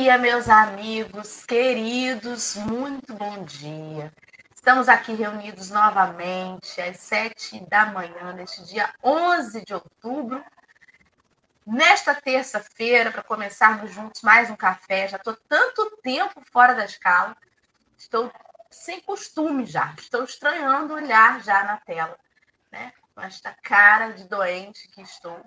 dia, meus amigos queridos, muito bom dia. Estamos aqui reunidos novamente às 7 da manhã, neste dia 11 de outubro, nesta terça-feira, para começarmos juntos mais um café. Já estou tanto tempo fora da escala, estou sem costume já, estou estranhando olhar já na tela, né? Com esta cara de doente que estou.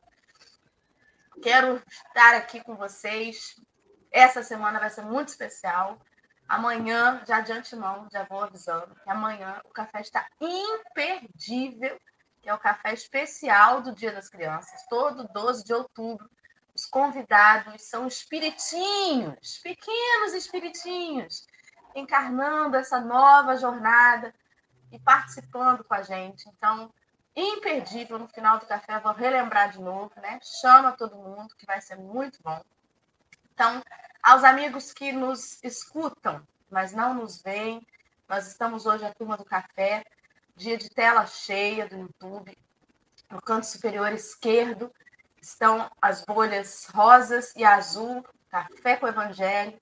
Quero estar aqui com vocês. Essa semana vai ser muito especial. Amanhã, já de antemão, já vou avisando que amanhã o café está imperdível, que é o café especial do Dia das Crianças, todo 12 de outubro. Os convidados são espiritinhos, pequenos espiritinhos, encarnando essa nova jornada e participando com a gente. Então, imperdível, no final do café, vou relembrar de novo, né? Chama todo mundo, que vai ser muito bom. Então, aos amigos que nos escutam, mas não nos veem, nós estamos hoje a Turma do Café, dia de tela cheia do YouTube. No canto superior esquerdo estão as bolhas rosas e azul, Café com o Evangelho.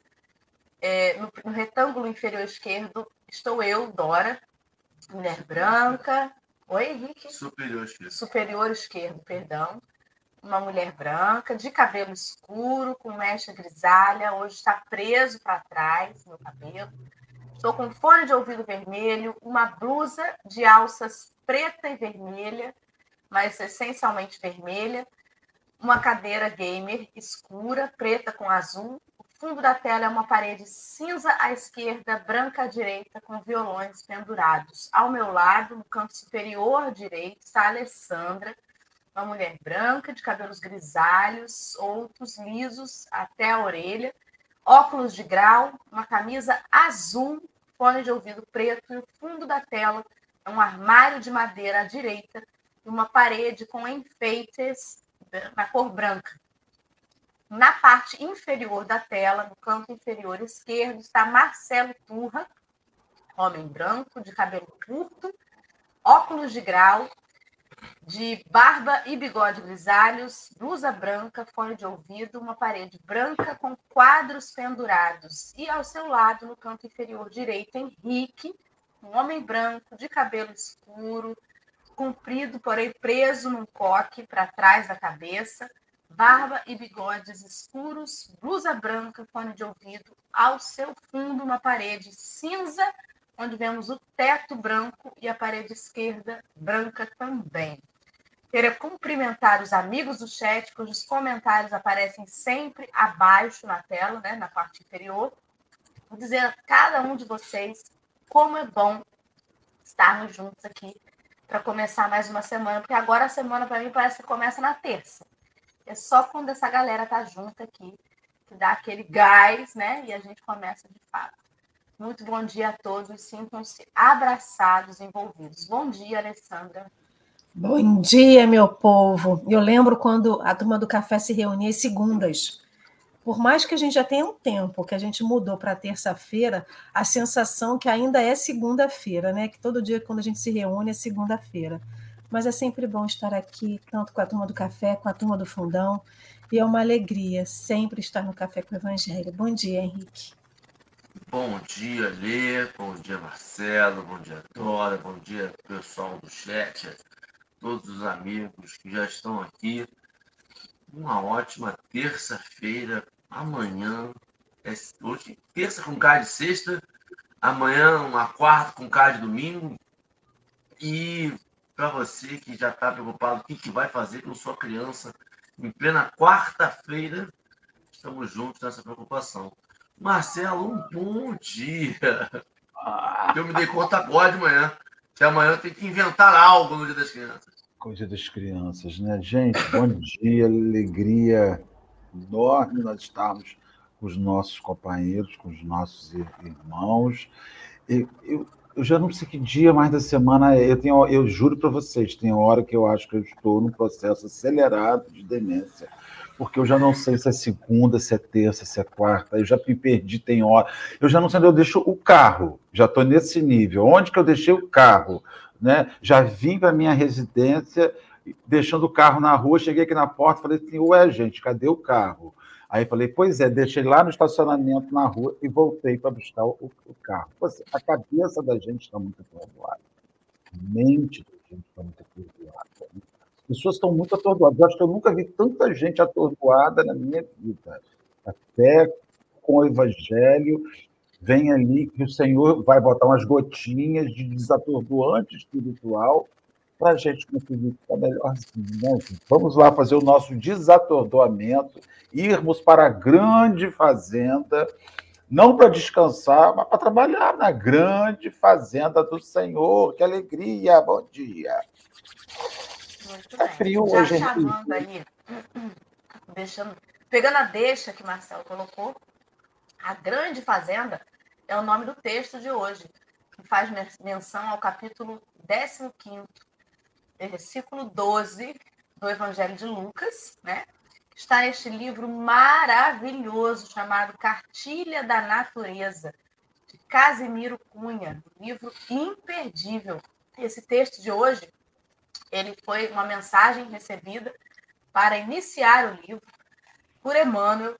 No retângulo inferior esquerdo estou eu, Dora, mulher branca. Oi, Henrique? Superior esquerdo, perdão. Uma mulher branca, de cabelo escuro, com mecha grisalha. Hoje está preso para trás, meu cabelo. Estou com fone de ouvido vermelho, uma blusa de alças preta e vermelha, mas essencialmente vermelha. Uma cadeira gamer escura, preta com azul. O fundo da tela é uma parede cinza à esquerda, branca à direita, com violões pendurados. Ao meu lado, no canto superior direito, está a Alessandra, uma mulher branca, de cabelos grisalhos, outros lisos até a orelha, óculos de grau, uma camisa azul, fone de ouvido preto, e o fundo da tela é um armário de madeira à direita e uma parede com enfeites na cor branca. Na parte inferior da tela, no canto inferior esquerdo, está Marcelo Turra, homem branco, de cabelo curto, óculos de grau, de barba e bigode grisalhos, blusa branca, fone de ouvido, uma parede branca com quadros pendurados. E ao seu lado, no canto inferior direito, Henrique, um homem branco, de cabelo escuro, comprido, porém preso num coque para trás da cabeça, barba e bigodes escuros, blusa branca, fone de ouvido. Ao seu fundo, uma parede cinza, onde vemos o teto branco e a parede esquerda branca também. Queria cumprimentar os amigos do chat, cujos comentários aparecem sempre abaixo na tela, né, na parte inferior. Vou dizer a cada um de vocês como é bom estarmos juntos aqui para começar mais uma semana, porque agora a semana para mim parece que começa na terça. É só quando essa galera tá junto aqui que dá aquele gás, né, e a gente começa de fato. Muito bom dia a todos, sintam-se abraçados, envolvidos. Bom dia, Alessandra. Bom dia, meu povo. Eu lembro quando a Turma do Café se reunia às segundas. Por mais que a gente já tenha um tempo que a gente mudou para terça-feira, a sensação que ainda é segunda-feira, né? Que todo dia quando a gente se reúne é segunda-feira. Mas é sempre bom estar aqui, tanto com a Turma do Café, com a Turma do Fundão. E é uma alegria sempre estar no Café com o Evangelho. Bom dia, Henrique. Bom dia, Lê. Bom dia, Marcelo. Bom dia, Dora. Bom dia, pessoal do chat. Todos os amigos que já estão aqui. Uma ótima terça-feira. Amanhã, hoje terça com cara de sexta, amanhã uma quarta com cara de domingo. E para você que já está preocupado, o que vai fazer com sua criança em plena quarta-feira, estamos juntos nessa preocupação. Marcelo, um bom dia. Eu me dei conta agora de manhã, que amanhã eu tenho que inventar algo no Dia das Crianças. Com o Dia das Crianças, né? Gente, bom dia, alegria enorme nós estarmos com os nossos companheiros, com os nossos irmãos. Eu já não sei que dia mais da semana é. Eu juro para vocês, tem hora que eu acho que eu estou num processo acelerado de demência, porque eu já não sei se é segunda, se é terça, se é quarta, eu já me perdi, tem hora. Eu já não sei onde eu deixo o carro, já estou nesse nível. Onde que eu deixei o carro? Né? Já vim para a minha residência, deixando o carro na rua, cheguei aqui na porta, falei assim, ué, gente, cadê o carro? Aí falei, pois é, deixei lá no estacionamento na rua e voltei para buscar o carro. A cabeça da gente está muito atordoada. A mente da gente está muito atordoada. As pessoas estão muito atordoadas. Eu acho que eu nunca vi tanta gente atordoada na minha vida. Até com o Evangelho, vem ali que o Senhor vai botar umas gotinhas de desatordoante espiritual para a gente conseguir ficar melhorzinho, né? Vamos lá fazer o nosso desatordoamento, irmos para a grande fazenda, não para descansar, mas para trabalhar na grande fazenda do Senhor. Que alegria! Bom dia! Muito Está bem. frio Já hoje, chamando aí, pegando a deixa que Marcelo colocou, a grande fazenda é o nome do texto de hoje, que faz menção ao capítulo 15º, versículo 12 do Evangelho de Lucas, né? Está neste livro maravilhoso chamado Cartilha da Natureza, de Casimiro Cunha, um livro imperdível. Esse texto de hoje, ele foi uma mensagem recebida para iniciar o livro por Emmanuel,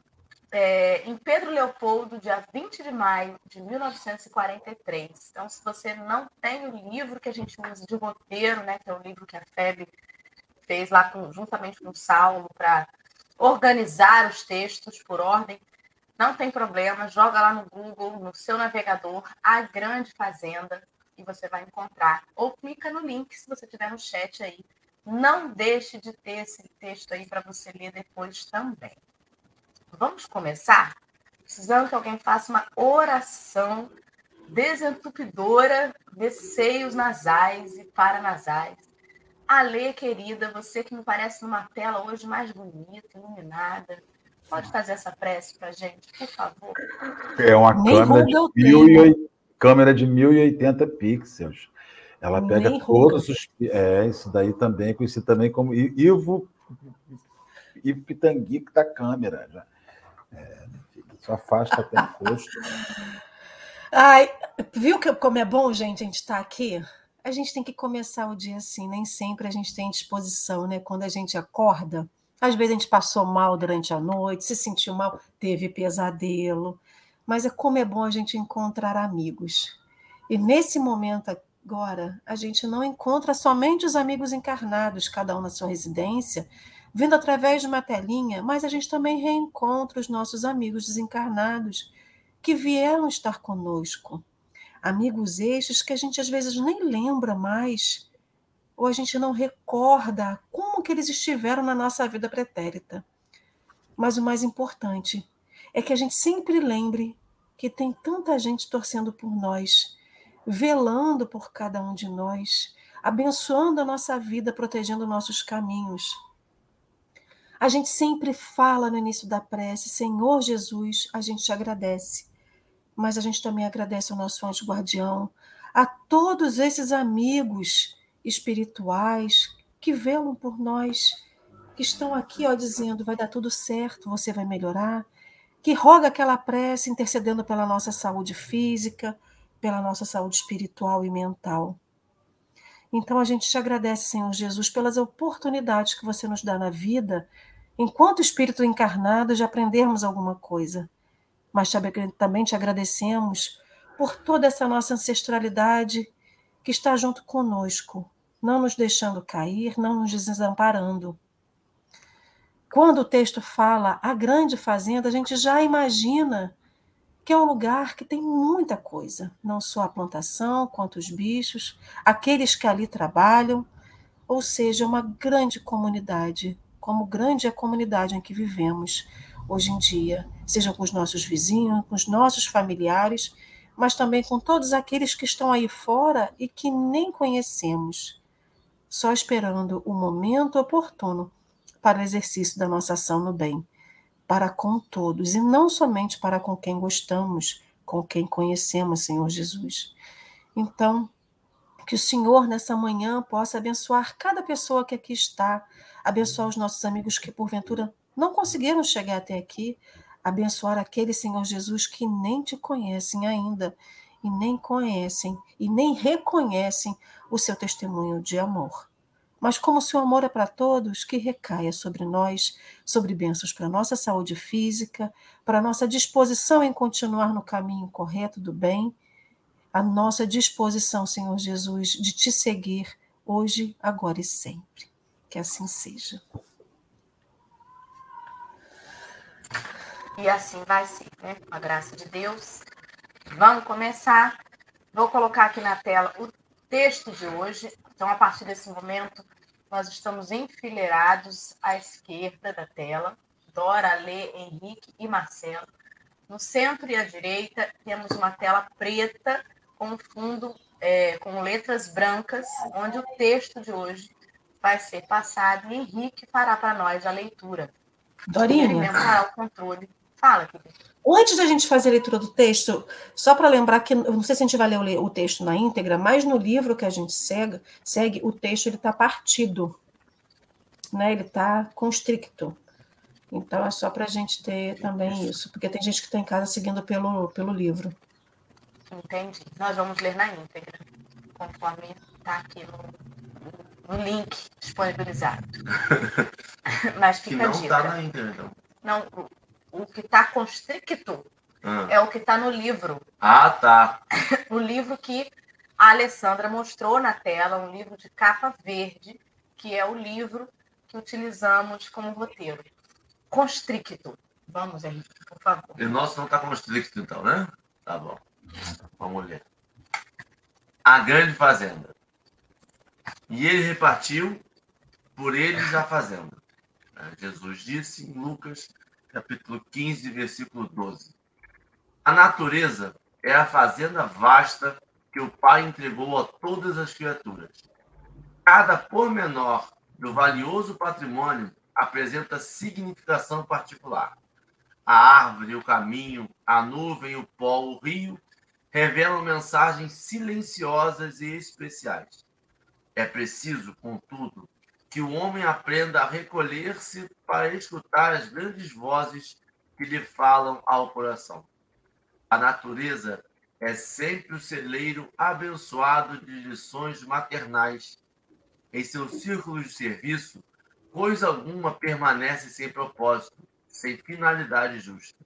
em Pedro Leopoldo, dia 20 de maio de 1943. Então, se você não tem o livro que a gente usa de roteiro, né, que é o livro que a FEB fez lá juntamente com o Saulo para organizar os textos por ordem, não tem problema, joga lá no Google, no seu navegador, A Grande Fazenda, e você vai encontrar. Ou clica no link se você tiver no chat aí. Não deixe de ter esse texto aí para você ler depois também. Vamos começar? Precisando que alguém faça uma oração desentupidora de seios nasais e paranasais. Alê, querida, você que me parece numa tela hoje mais bonita, iluminada, pode fazer essa prece para a gente, por favor? É uma câmera de 1080 pixels. Ela pega todos os... isso daí também é conhecido também como Ivo Pitanguico da câmera. Já. Isso afasta até o rosto. Ai, viu como é bom, gente, a gente estar aqui? A gente tem que começar o dia assim, nem sempre a gente tem disposição, né? Quando a gente acorda, às vezes a gente passou mal durante a noite, se sentiu mal, teve pesadelo, mas como é bom a gente encontrar amigos. E nesse momento agora, a gente não encontra somente os amigos encarnados, cada um na sua residência, vindo através de uma telinha, mas a gente também reencontra os nossos amigos desencarnados que vieram estar conosco. Amigos estes que a gente às vezes nem lembra mais, ou a gente não recorda como que eles estiveram na nossa vida pretérita. Mas o mais importante é que a gente sempre lembre que tem tanta gente torcendo por nós, velando por cada um de nós, abençoando a nossa vida, protegendo nossos caminhos. A gente sempre fala no início da prece, Senhor Jesus, a gente te agradece. Mas a gente também agradece ao nosso anjo guardião, a todos esses amigos espirituais que velam por nós, que estão aqui dizendo, vai dar tudo certo, você vai melhorar, que roga aquela prece intercedendo pela nossa saúde física, pela nossa saúde espiritual e mental. Então a gente te agradece, Senhor Jesus, pelas oportunidades que você nos dá na vida, enquanto espírito encarnado, de aprendermos alguma coisa. Mas também te agradecemos por toda essa nossa ancestralidade que está junto conosco, não nos deixando cair, não nos desamparando. Quando o texto fala a grande fazenda, a gente já imagina que é um lugar que tem muita coisa, não só a plantação, quanto os bichos, aqueles que ali trabalham, ou seja, uma grande comunidade, como grande é a comunidade em que vivemos hoje em dia, seja com os nossos vizinhos, com os nossos familiares, mas também com todos aqueles que estão aí fora e que nem conhecemos, só esperando o momento oportuno para o exercício da nossa ação no bem, para com todos, e não somente para com quem gostamos, com quem conhecemos, Senhor Jesus. Então, que o Senhor, nessa manhã, possa abençoar cada pessoa que aqui está, abençoar os nossos amigos que, porventura, não conseguiram chegar até aqui, abençoar aqueles, Senhor Jesus, que nem te conhecem ainda, e nem conhecem, e nem reconhecem o seu testemunho de amor. mas como seu amor é para todos, que recaia sobre nós, sobre bênçãos para a nossa saúde física, para a nossa disposição em continuar no caminho correto do bem, a nossa disposição, Senhor Jesus, de te seguir hoje, agora e sempre. Que assim seja. E assim vai ser, né? Com a graça de Deus. Vamos começar. Vou colocar aqui na tela o texto de hoje. Então, a partir desse momento, nós estamos enfileirados à esquerda da tela. Dora, Lê, Henrique e Marcelo. No centro e à direita, temos uma tela preta com fundo com letras brancas, onde o texto de hoje vai ser passado e Henrique fará para nós a leitura. Dorinha. E ele mesmo fará o controle. Fala, querida. Antes da gente fazer a leitura do texto, só para lembrar que, eu não sei se a gente vai ler o texto na íntegra, mas no livro que a gente segue o texto está partido, né? Ele está constricto. Então, é só para a gente ter também isso, porque tem gente que está em casa seguindo pelo livro. Entendi. Nós vamos ler na íntegra, conforme está aqui no link disponibilizado. Mas fica que não a dica. Está na íntegra, então. Não, o que está constricto é o que está no livro. Ah, tá. O livro que a Alessandra mostrou na tela, um livro de capa verde, que é o livro que utilizamos como roteiro. Constricto. Vamos, Henrique, por favor. E o nosso não está constricto, então, né? Tá bom. Vamos ler. A grande fazenda. E ele repartiu por eles a fazenda. Jesus disse em Lucas, capítulo 15, versículo 12. A natureza é a fazenda vasta que o Pai entregou a todas as criaturas. Cada pormenor do valioso patrimônio apresenta significação particular. A árvore, o caminho, a nuvem, o pó, o rio revelam mensagens silenciosas e especiais. É preciso, contudo, que o homem aprenda a recolher-se para escutar as grandes vozes que lhe falam ao coração. A natureza é sempre o celeiro abençoado de lições maternais. Em seus círculos de serviço, coisa alguma permanece sem propósito, sem finalidade justa.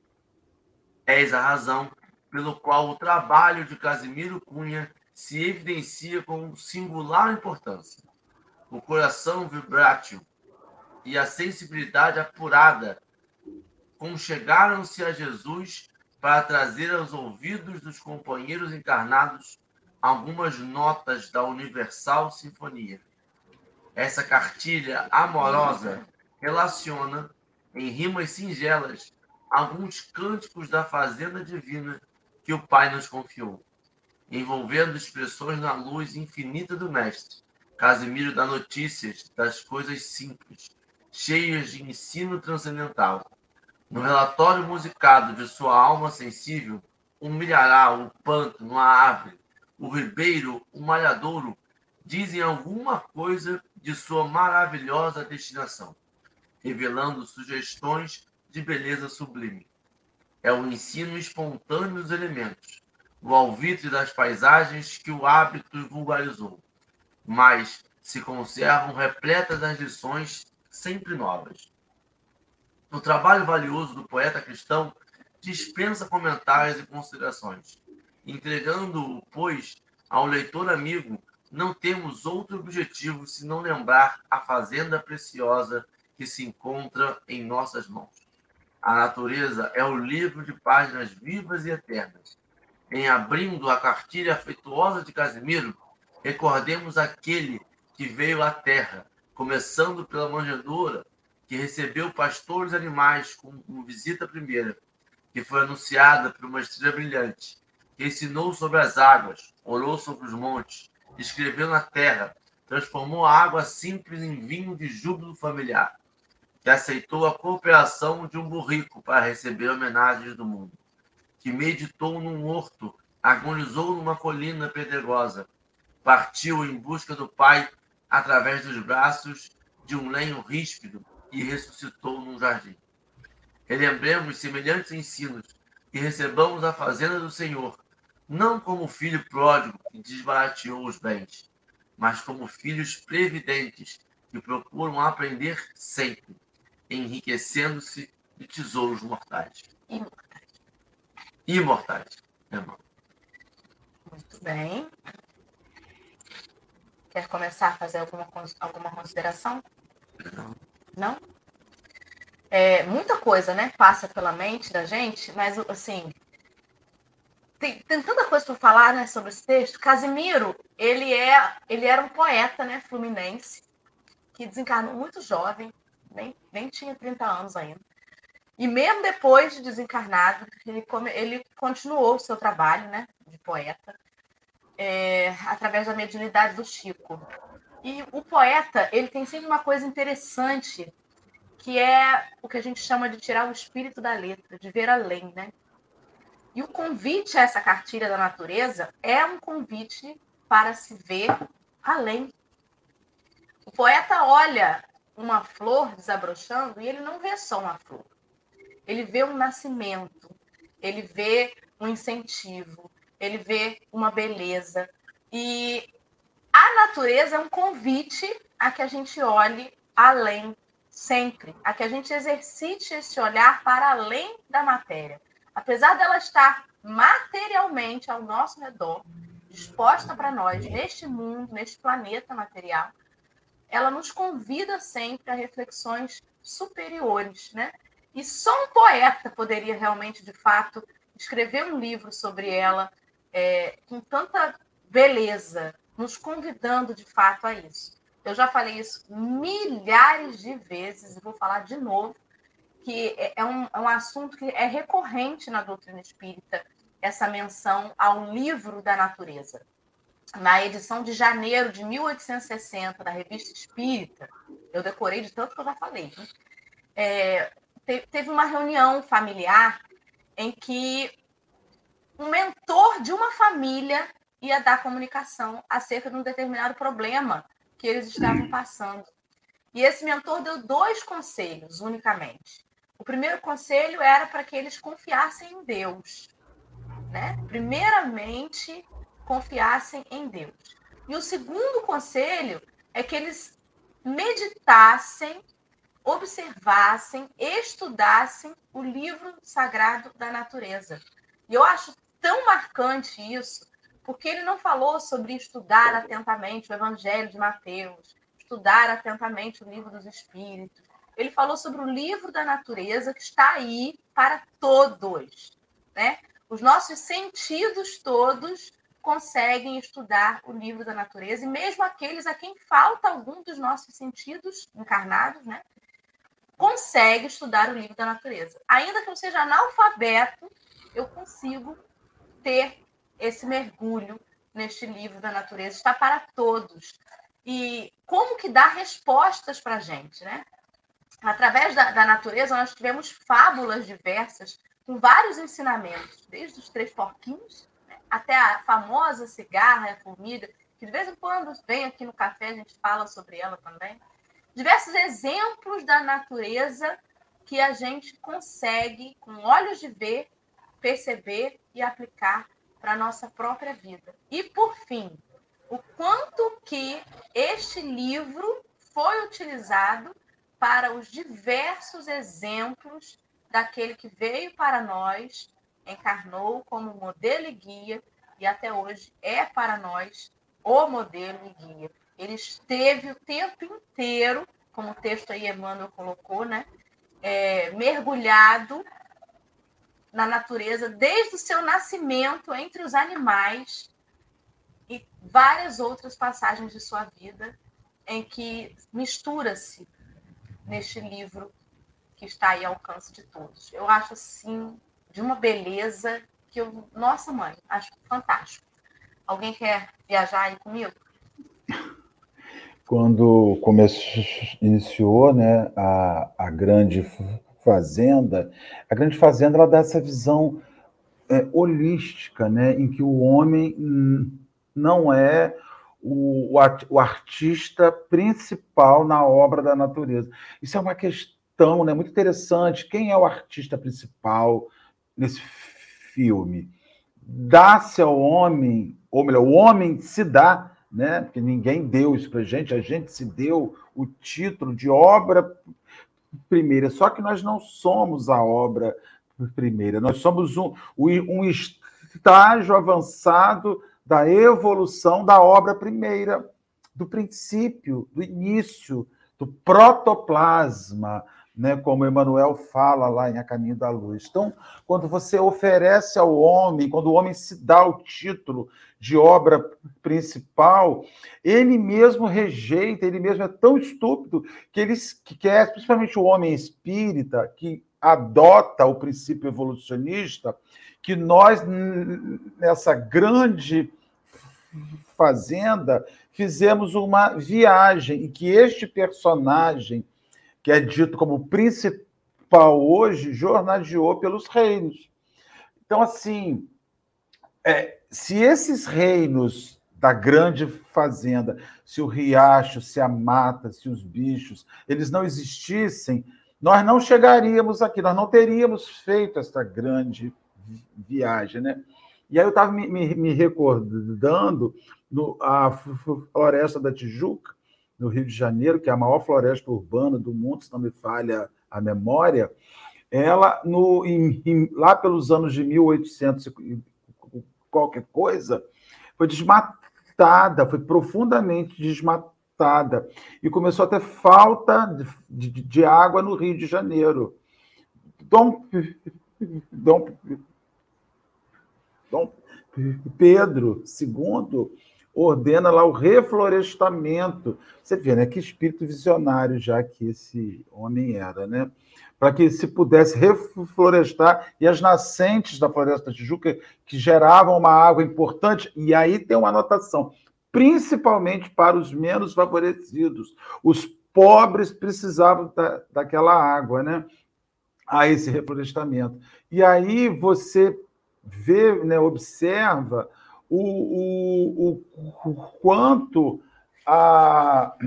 Eis a razão pelo qual o trabalho de Casimiro Cunha se evidencia com singular importância. O coração vibrátil e a sensibilidade apurada conchegaram-se a Jesus para trazer aos ouvidos dos companheiros encarnados algumas notas da Universal Sinfonia. Essa cartilha amorosa relaciona, em rimas singelas, alguns cânticos da fazenda divina que o Pai nos confiou, envolvendo expressões na luz infinita do Mestre. Casimiro dá notícias das coisas simples, cheias de ensino transcendental. No relatório musicado de sua alma sensível, o milharal, o pântano, a árvore, o ribeiro, o malhadouro, dizem alguma coisa de sua maravilhosa destinação, revelando sugestões de beleza sublime. É o ensino espontâneo dos elementos, o alvitre das paisagens que o hábito vulgarizou, mas se conservam repletas das lições sempre novas. O trabalho valioso do poeta cristão dispensa comentários e considerações. Entregando-o, pois, ao leitor amigo, não temos outro objetivo senão lembrar a fazenda preciosa que se encontra em nossas mãos. A natureza é o livro de páginas vivas e eternas. Em abrindo a cartilha afetuosa de Casimiro, recordemos aquele que veio à terra, começando pela manjedoura, que recebeu pastores e animais como visita primeira, que foi anunciada por uma estrela brilhante, que ensinou sobre as águas, orou sobre os montes, escreveu na terra, transformou a água simples em vinho de júbilo familiar, que aceitou a cooperação de um burrico para receber homenagens do mundo, que meditou num horto, agonizou numa colina pedregosa, partiu em busca do Pai através dos braços de um lenho ríspido e ressuscitou num jardim. Relembremos semelhantes ensinos e recebamos a fazenda do Senhor, não como o filho pródigo que desbarateou os bens, mas como filhos previdentes, que procuram aprender sempre, enriquecendo-se de tesouros mortais. Imortais. Irmão. Muito bem. Quer começar a fazer alguma consideração? Não? Muita coisa, né, passa pela mente da gente, mas, assim, tem tanta coisa para falar, né, sobre esse texto. Casimiro, ele era um poeta, né, fluminense, que desencarnou muito jovem, nem tinha 30 anos ainda. E mesmo depois de desencarnado, ele continuou o seu trabalho, né, de poeta, através da mediunidade do Chico. E o poeta, ele tem sempre uma coisa interessante, que é o que a gente chama de tirar o espírito da letra, de ver além, né? E o convite a essa cartilha da natureza é um convite para se ver além. O poeta olha uma flor desabrochando e ele não vê só uma flor. Ele vê um nascimento, ele vê um incentivo, ele vê uma beleza. E a natureza é um convite a que a gente olhe além, sempre, a que a gente exercite esse olhar para além da matéria. Apesar dela estar materialmente ao nosso redor, disposta para nós, neste mundo, neste planeta material, ela nos convida sempre a reflexões superiores, né? E só um poeta poderia realmente, de fato, escrever um livro sobre ela com tanta beleza, nos convidando, de fato, a isso. Eu já falei isso milhares de vezes e vou falar de novo, que é um assunto que é recorrente na doutrina espírita, essa menção ao livro da natureza. Na edição de janeiro de 1860, da Revista Espírita, eu decorei de tanto que eu já falei, né? Teve uma reunião familiar em que um mentor de uma família ia dar comunicação acerca de um determinado problema que eles estavam passando. E esse mentor deu 2 conselhos unicamente. O primeiro conselho era para que eles confiassem em Deus, né? Primeiramente, confiassem em Deus. E o segundo conselho é que eles meditassem, observassem, estudassem o livro sagrado da natureza. E eu acho tão marcante isso, porque ele não falou sobre estudar atentamente o Evangelho de Mateus, estudar atentamente o livro dos Espíritos. Ele falou sobre o livro da natureza que está aí para todos, né? Os nossos sentidos todos conseguem estudar o livro da natureza, e mesmo aqueles a quem falta algum dos nossos sentidos encarnados, né, consegue estudar o livro da natureza. Ainda que eu seja analfabeto, eu consigo ter esse mergulho neste livro da natureza. Está para todos. E como que dá respostas para a gente, né? Através da natureza, nós tivemos fábulas diversas, com vários ensinamentos, desde os 3 porquinhos, né, até a famosa cigarra e a formiga, que de vez em quando vem aqui no café, a gente fala sobre ela também. Diversos exemplos da natureza que a gente consegue, com olhos de ver, perceber e aplicar para a nossa própria vida. E, por fim, o quanto que este livro foi utilizado para os diversos exemplos daquele que veio para nós, encarnou como modelo e guia, e até hoje é para nós o modelo e guia. Ele esteve o tempo inteiro, como o texto aí Emmanuel colocou, né, mergulhado na natureza, desde o seu nascimento entre os animais e várias outras passagens de sua vida em que mistura-se neste livro que está aí ao alcance de todos. Eu acho, assim, de uma beleza que eu... Nossa, mãe, acho fantástico. Alguém quer viajar aí comigo? Quando iniciou, né, a Grande Fazenda, ela dá essa visão holística, né, em que o homem não é o artista principal na obra da natureza. Isso é uma questão, né, muito interessante. Quem é o artista principal nesse filme? Dá-se ao homem, ou melhor, o homem se dá né? Porque ninguém deu isso para a gente se deu o título de obra primeira, só que nós não somos a obra primeira, nós somos um estágio avançado da evolução da obra primeira, do princípio, do início, do protoplasma, né, como Emmanuel fala lá em A Caminho da Luz. Então, quando você oferece ao homem, quando o homem se dá o título de obra principal, ele mesmo rejeita, ele mesmo é tão estúpido que ele quer, principalmente o homem espírita, que adota o princípio evolucionista, que nós, nessa grande fazenda, fizemos uma viagem e que este personagem, que é dito como principal hoje, jornadeou pelos reinos. Então, assim, se esses reinos da grande fazenda, se o riacho, se a mata, se os bichos, eles não existissem, nós não chegaríamos aqui, nós não teríamos feito essa grande viagem, né? E aí eu estava me recordando a Floresta da Tijuca, no Rio de Janeiro, que é a maior floresta urbana do mundo, se não me falha a memória, ela, lá pelos anos de 1800 qualquer coisa, foi desmatada, foi profundamente desmatada, e começou a ter falta de água no Rio de Janeiro. Dom Pedro II ordena lá o reflorestamento. Você vê, né? Que espírito visionário já que esse homem era, né? Para que se pudesse reflorestar, e as nascentes da Floresta da Tijuca, que geravam uma água importante, e aí tem uma anotação, principalmente para os menos favorecidos. Os pobres precisavam daquela água, né? A esse reflorestamento. E aí você vê, né, observa o quanto a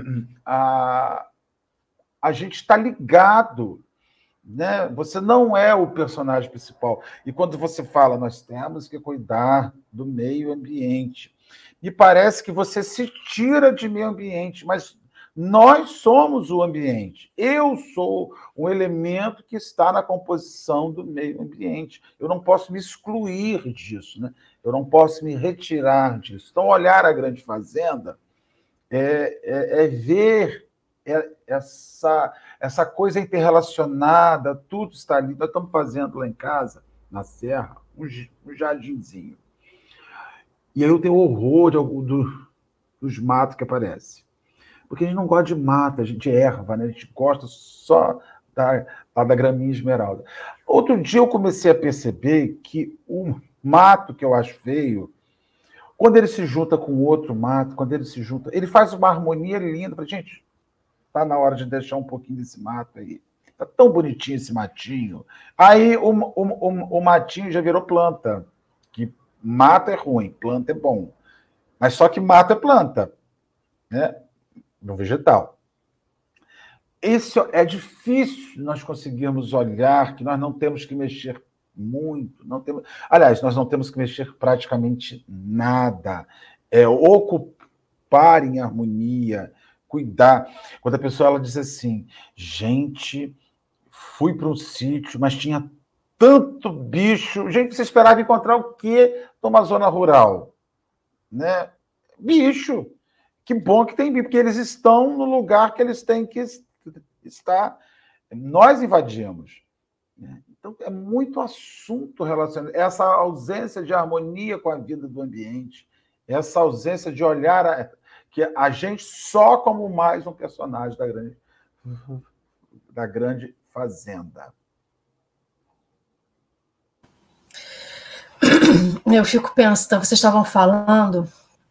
gente está ligado, né? Você não é o personagem principal. E quando você fala, nós temos que cuidar do meio ambiente, me parece que você se tira de meio ambiente, mas nós somos o ambiente. Eu sou um elemento que está na composição do meio ambiente. Eu não posso me excluir disso, né? Eu não posso me retirar disso. Então, olhar a Grande Fazenda é ver essa coisa interrelacionada, tudo está ali. Nós estamos fazendo lá em casa, na Serra, um jardinzinho. E aí eu tenho horror dos matos que aparecem. Porque a gente não gosta de mata, a gente erva, né? A gente gosta só da graminha esmeralda. Outro dia eu comecei a perceber que o mato que eu acho feio, quando ele se junta com outro mato, quando ele se junta, ele faz uma harmonia linda. Falei, gente, está na hora de deixar um pouquinho desse mato aí. Está tão bonitinho esse matinho. Aí o matinho já virou planta. Que mato é ruim, planta é bom. Mas só que mato é planta, né? No vegetal. Isso é difícil nós conseguirmos olhar que nós não temos que mexer muito, não temos, aliás, nós não temos que mexer praticamente nada. Ocupar em harmonia, cuidar. Quando a pessoa ela diz assim, gente, fui para um sítio, mas tinha tanto bicho. Gente, você esperava encontrar o quê numa zona rural? Né? Bicho. Que bom que tem bicho, porque eles estão no lugar que eles têm que estar. Nós invadimos. Então, é muito assunto relacionado. Essa ausência de harmonia com a vida do ambiente, essa ausência de olhar que a gente só como mais um personagem da grande fazenda. Eu fico pensando, vocês estavam falando...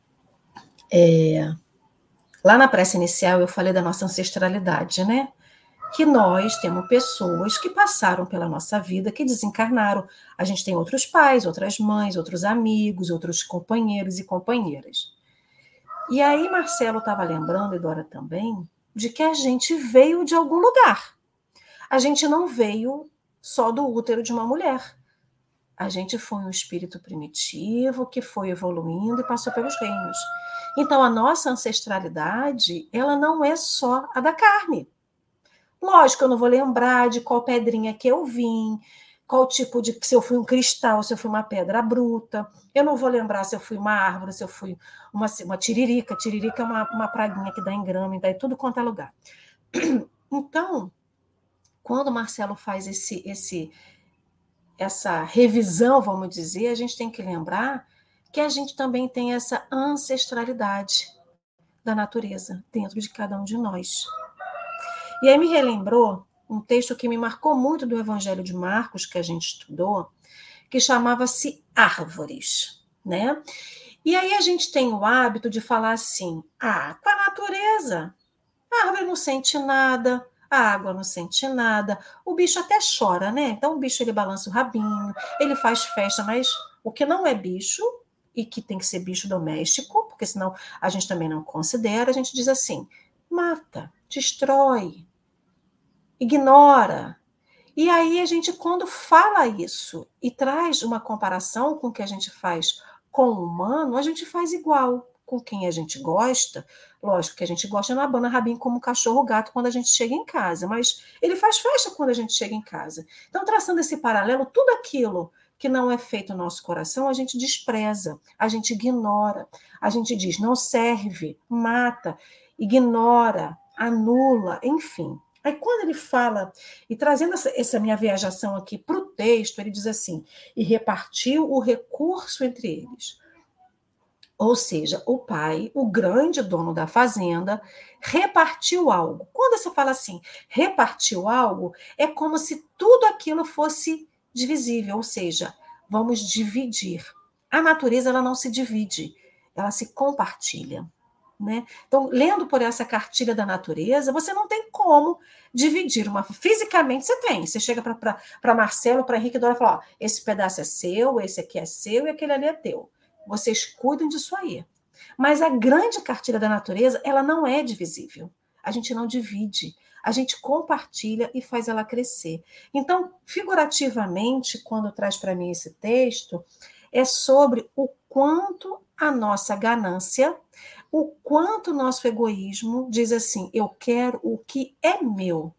Lá na prece inicial eu falei da nossa ancestralidade, né? Que nós temos pessoas que passaram pela nossa vida, que desencarnaram. A gente tem outros pais, outras mães, outros amigos, outros companheiros e companheiras. E aí Marcelo estava lembrando, e Dora também, de que a gente veio de algum lugar. A gente não veio só do útero de uma mulher. A gente foi um espírito primitivo que foi evoluindo e passou pelos reinos. Então, a nossa ancestralidade, ela não é só a da carne. Lógico, eu não vou lembrar de qual pedrinha que eu vim, qual tipo de... se eu fui um cristal, se eu fui uma pedra bruta. Eu não vou lembrar se eu fui uma árvore, se eu fui uma tiririca. Tiririca é uma praguinha que dá em grama, e dá em tudo quanto é lugar. Então, quando o Marcelo faz essa revisão, vamos dizer, a gente tem que lembrar que a gente também tem essa ancestralidade da natureza dentro de cada um de nós. E aí me relembrou um texto que me marcou muito do Evangelho de Marcos, que a gente estudou, que chamava-se Árvores, né? E aí a gente tem o hábito de falar assim, com a natureza, a árvore não sente nada, a água não sente nada, o bicho até chora, né? Então o bicho ele balança o rabinho, ele faz festa, mas o que não é bicho, e que tem que ser bicho doméstico, porque senão a gente também não considera, a gente diz assim, mata, destrói, ignora. E aí a gente, quando fala isso e traz uma comparação com o que a gente faz com o humano, a gente faz igual com quem a gente gosta. Lógico que a gente gosta não abana rabinho como cachorro ou gato quando a gente chega em casa, mas ele faz festa quando a gente chega em casa. Então, traçando esse paralelo, tudo aquilo que não é feito no nosso coração, a gente despreza, a gente ignora, a gente diz não serve, mata, ignora, anula, enfim. Aí quando ele fala, e trazendo essa minha viajação aqui para o texto, ele diz assim, e repartiu o recurso entre eles. Ou seja, o pai, o grande dono da fazenda, repartiu algo. Quando você fala assim, repartiu algo, é como se tudo aquilo fosse divisível, ou seja, vamos dividir. A natureza ela não se divide, ela se compartilha. Né? Então, lendo por essa cartilha da natureza, você não tem como dividir uma. Fisicamente você tem. Você chega para Marcelo, para Henrique e Dora e fala: ó, esse pedaço é seu, esse aqui é seu e aquele ali é teu. Vocês cuidem disso aí. Mas a grande cartilha da natureza, ela não é divisível. A gente não divide. A gente compartilha e faz ela crescer. Então, figurativamente, quando traz para mim esse texto, é sobre o quanto a nossa ganância, o quanto o nosso egoísmo diz assim, eu quero o que é meu.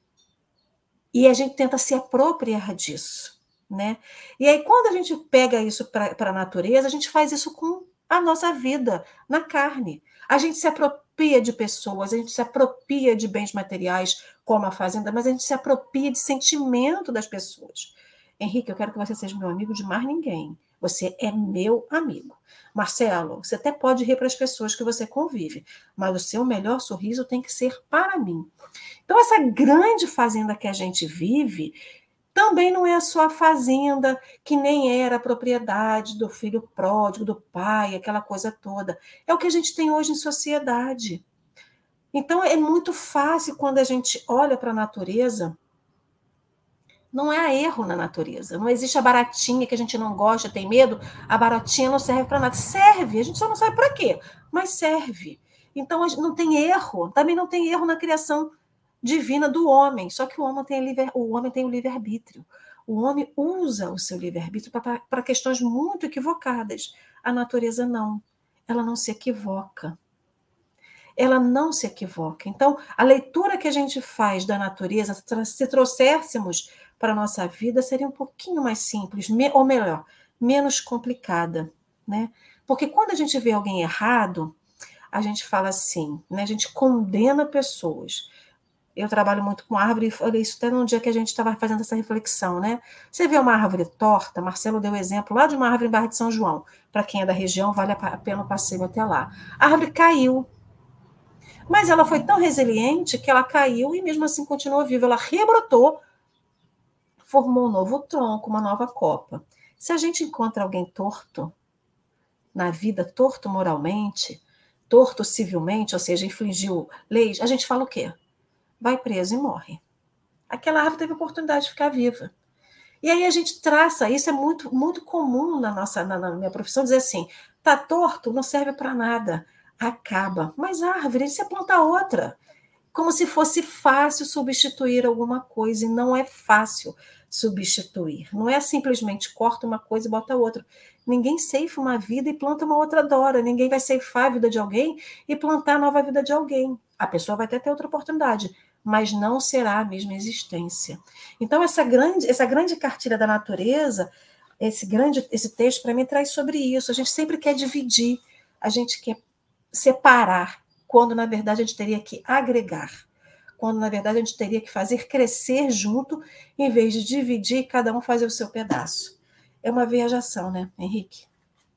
E a gente tenta se apropriar disso, né? E aí, quando a gente pega isso para a natureza, a gente faz isso com a nossa vida, na carne. A gente se apropria de pessoas, a gente se apropria de bens materiais, como a fazenda, mas a gente se apropria de sentimento das pessoas. Henrique, eu quero que você seja meu amigo de mais ninguém. Você é meu amigo. Marcelo, você até pode rir para as pessoas que você convive, mas o seu melhor sorriso tem que ser para mim. Então, essa grande fazenda que a gente vive também não é só a fazenda que nem era a propriedade do filho pródigo, do pai, aquela coisa toda. É o que a gente tem hoje em sociedade. Então, é muito fácil quando a gente olha para a natureza. Não há erro na natureza. Não existe a baratinha que a gente não gosta, tem medo. A baratinha não serve para nada. Serve, a gente só não sabe para quê, mas serve. Então, não tem erro. Também não tem erro na criação divina do homem. Só que o homem tem o livre-arbítrio. O homem usa o seu livre-arbítrio para questões muito equivocadas. A natureza não. Ela não se equivoca. Ela não se equivoca. Então, a leitura que a gente faz da natureza, se trouxéssemos para a nossa vida, seria um pouquinho mais simples, ou melhor, menos complicada, né? Porque quando a gente vê alguém errado, a gente fala assim, né? A gente condena pessoas. Eu trabalho muito com árvore, e falei isso até num dia que a gente estava fazendo essa reflexão, né? Você vê uma árvore torta, Marcelo deu o exemplo lá de uma árvore em Barra de São João. Para quem é da região, vale a pena o passeio até lá. A árvore caiu. Mas ela foi tão resiliente que ela caiu e mesmo assim continuou viva. Ela rebrotou, formou um novo tronco, uma nova copa. Se a gente encontra alguém torto na vida, torto moralmente, torto civilmente, ou seja, infligiu leis, a gente fala o quê? Vai preso e morre. Aquela árvore teve a oportunidade de ficar viva. E aí a gente traça, isso é muito, muito comum na minha profissão, dizer assim, tá torto, não serve para nada. Acaba. Mas árvore, você planta outra. Como se fosse fácil substituir alguma coisa, e não é fácil. substituir. Não é simplesmente corta uma coisa e bota outra. Ninguém ceifa uma vida e planta uma outra dora. Ninguém vai ceifar a vida de alguém e plantar a nova vida de alguém. A pessoa vai até ter outra oportunidade, mas não será a mesma existência. Então, essa grande cartilha da natureza, esse texto, para mim, traz sobre isso. A gente sempre quer dividir, a gente quer separar, quando, na verdade, a gente teria que agregar. Quando, na verdade, a gente teria que fazer crescer junto, em vez de dividir e cada um fazer o seu pedaço. É uma viajação, né, Henrique?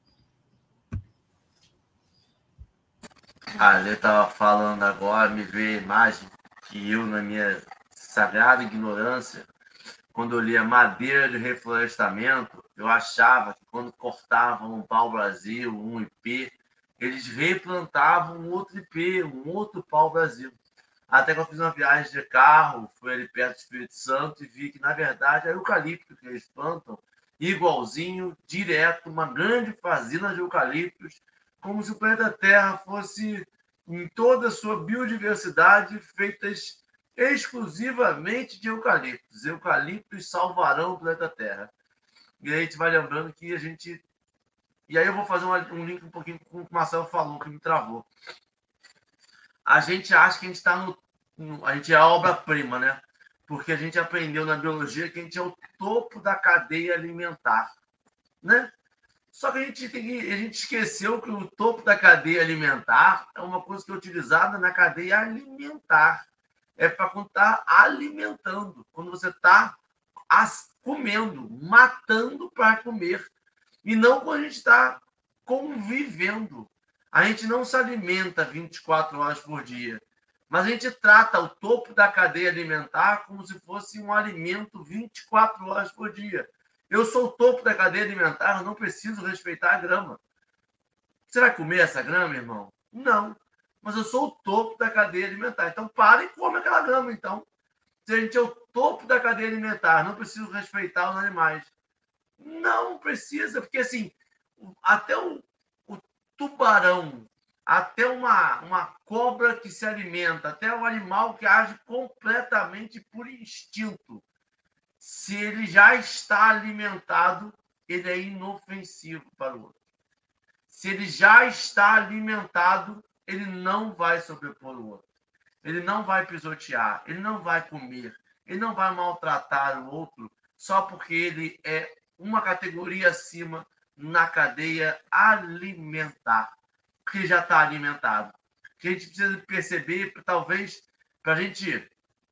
A Lê estava falando agora, me veio a imagem que eu, na minha sagrada ignorância, quando eu lia Madeira de Reflorestamento, eu achava que quando cortavam um pau-brasil, um IP, eles replantavam um outro IP, um outro pau-brasil. Até que eu fiz uma viagem de carro, fui ali perto do Espírito Santo e vi que, na verdade, é eucalipto que eles plantam, igualzinho, direto, uma grande fazenda de eucaliptos, como se o planeta Terra fosse, em toda a sua biodiversidade, feitas exclusivamente de eucaliptos. Eucaliptos salvarão o planeta Terra. E aí a gente vai lembrando que a gente... E aí eu vou fazer um link um pouquinho com o que o Marcelo falou, que me travou. A gente acha que a gente está a gente é a obra-prima, né? Porque a gente aprendeu na biologia que a gente é o topo da cadeia alimentar, né? Só que a gente esqueceu que o topo da cadeia alimentar é uma coisa que é utilizada na cadeia alimentar. É para quando está alimentando, quando você está comendo, matando para comer. E não quando a gente está convivendo. A gente não se alimenta 24 horas por dia, mas a gente trata o topo da cadeia alimentar como se fosse um alimento 24 horas por dia. Eu sou o topo da cadeia alimentar, eu não preciso respeitar a grama. Você vai comer essa grama, irmão? Não. Mas eu sou o topo da cadeia alimentar. Então, para e come aquela grama, então. Se a gente é o topo da cadeia alimentar, não preciso respeitar os animais. Não precisa, porque assim, até o tubarão, até uma cobra que se alimenta, até o animal que age completamente por instinto, se ele já está alimentado, ele é inofensivo para o outro. Se ele já está alimentado, ele não vai sobrepor o outro. Ele não vai pisotear, ele não vai comer, ele não vai maltratar o outro só porque ele é uma categoria acima na cadeia alimentar, porque já está alimentado. O que a gente precisa perceber, talvez, para a gente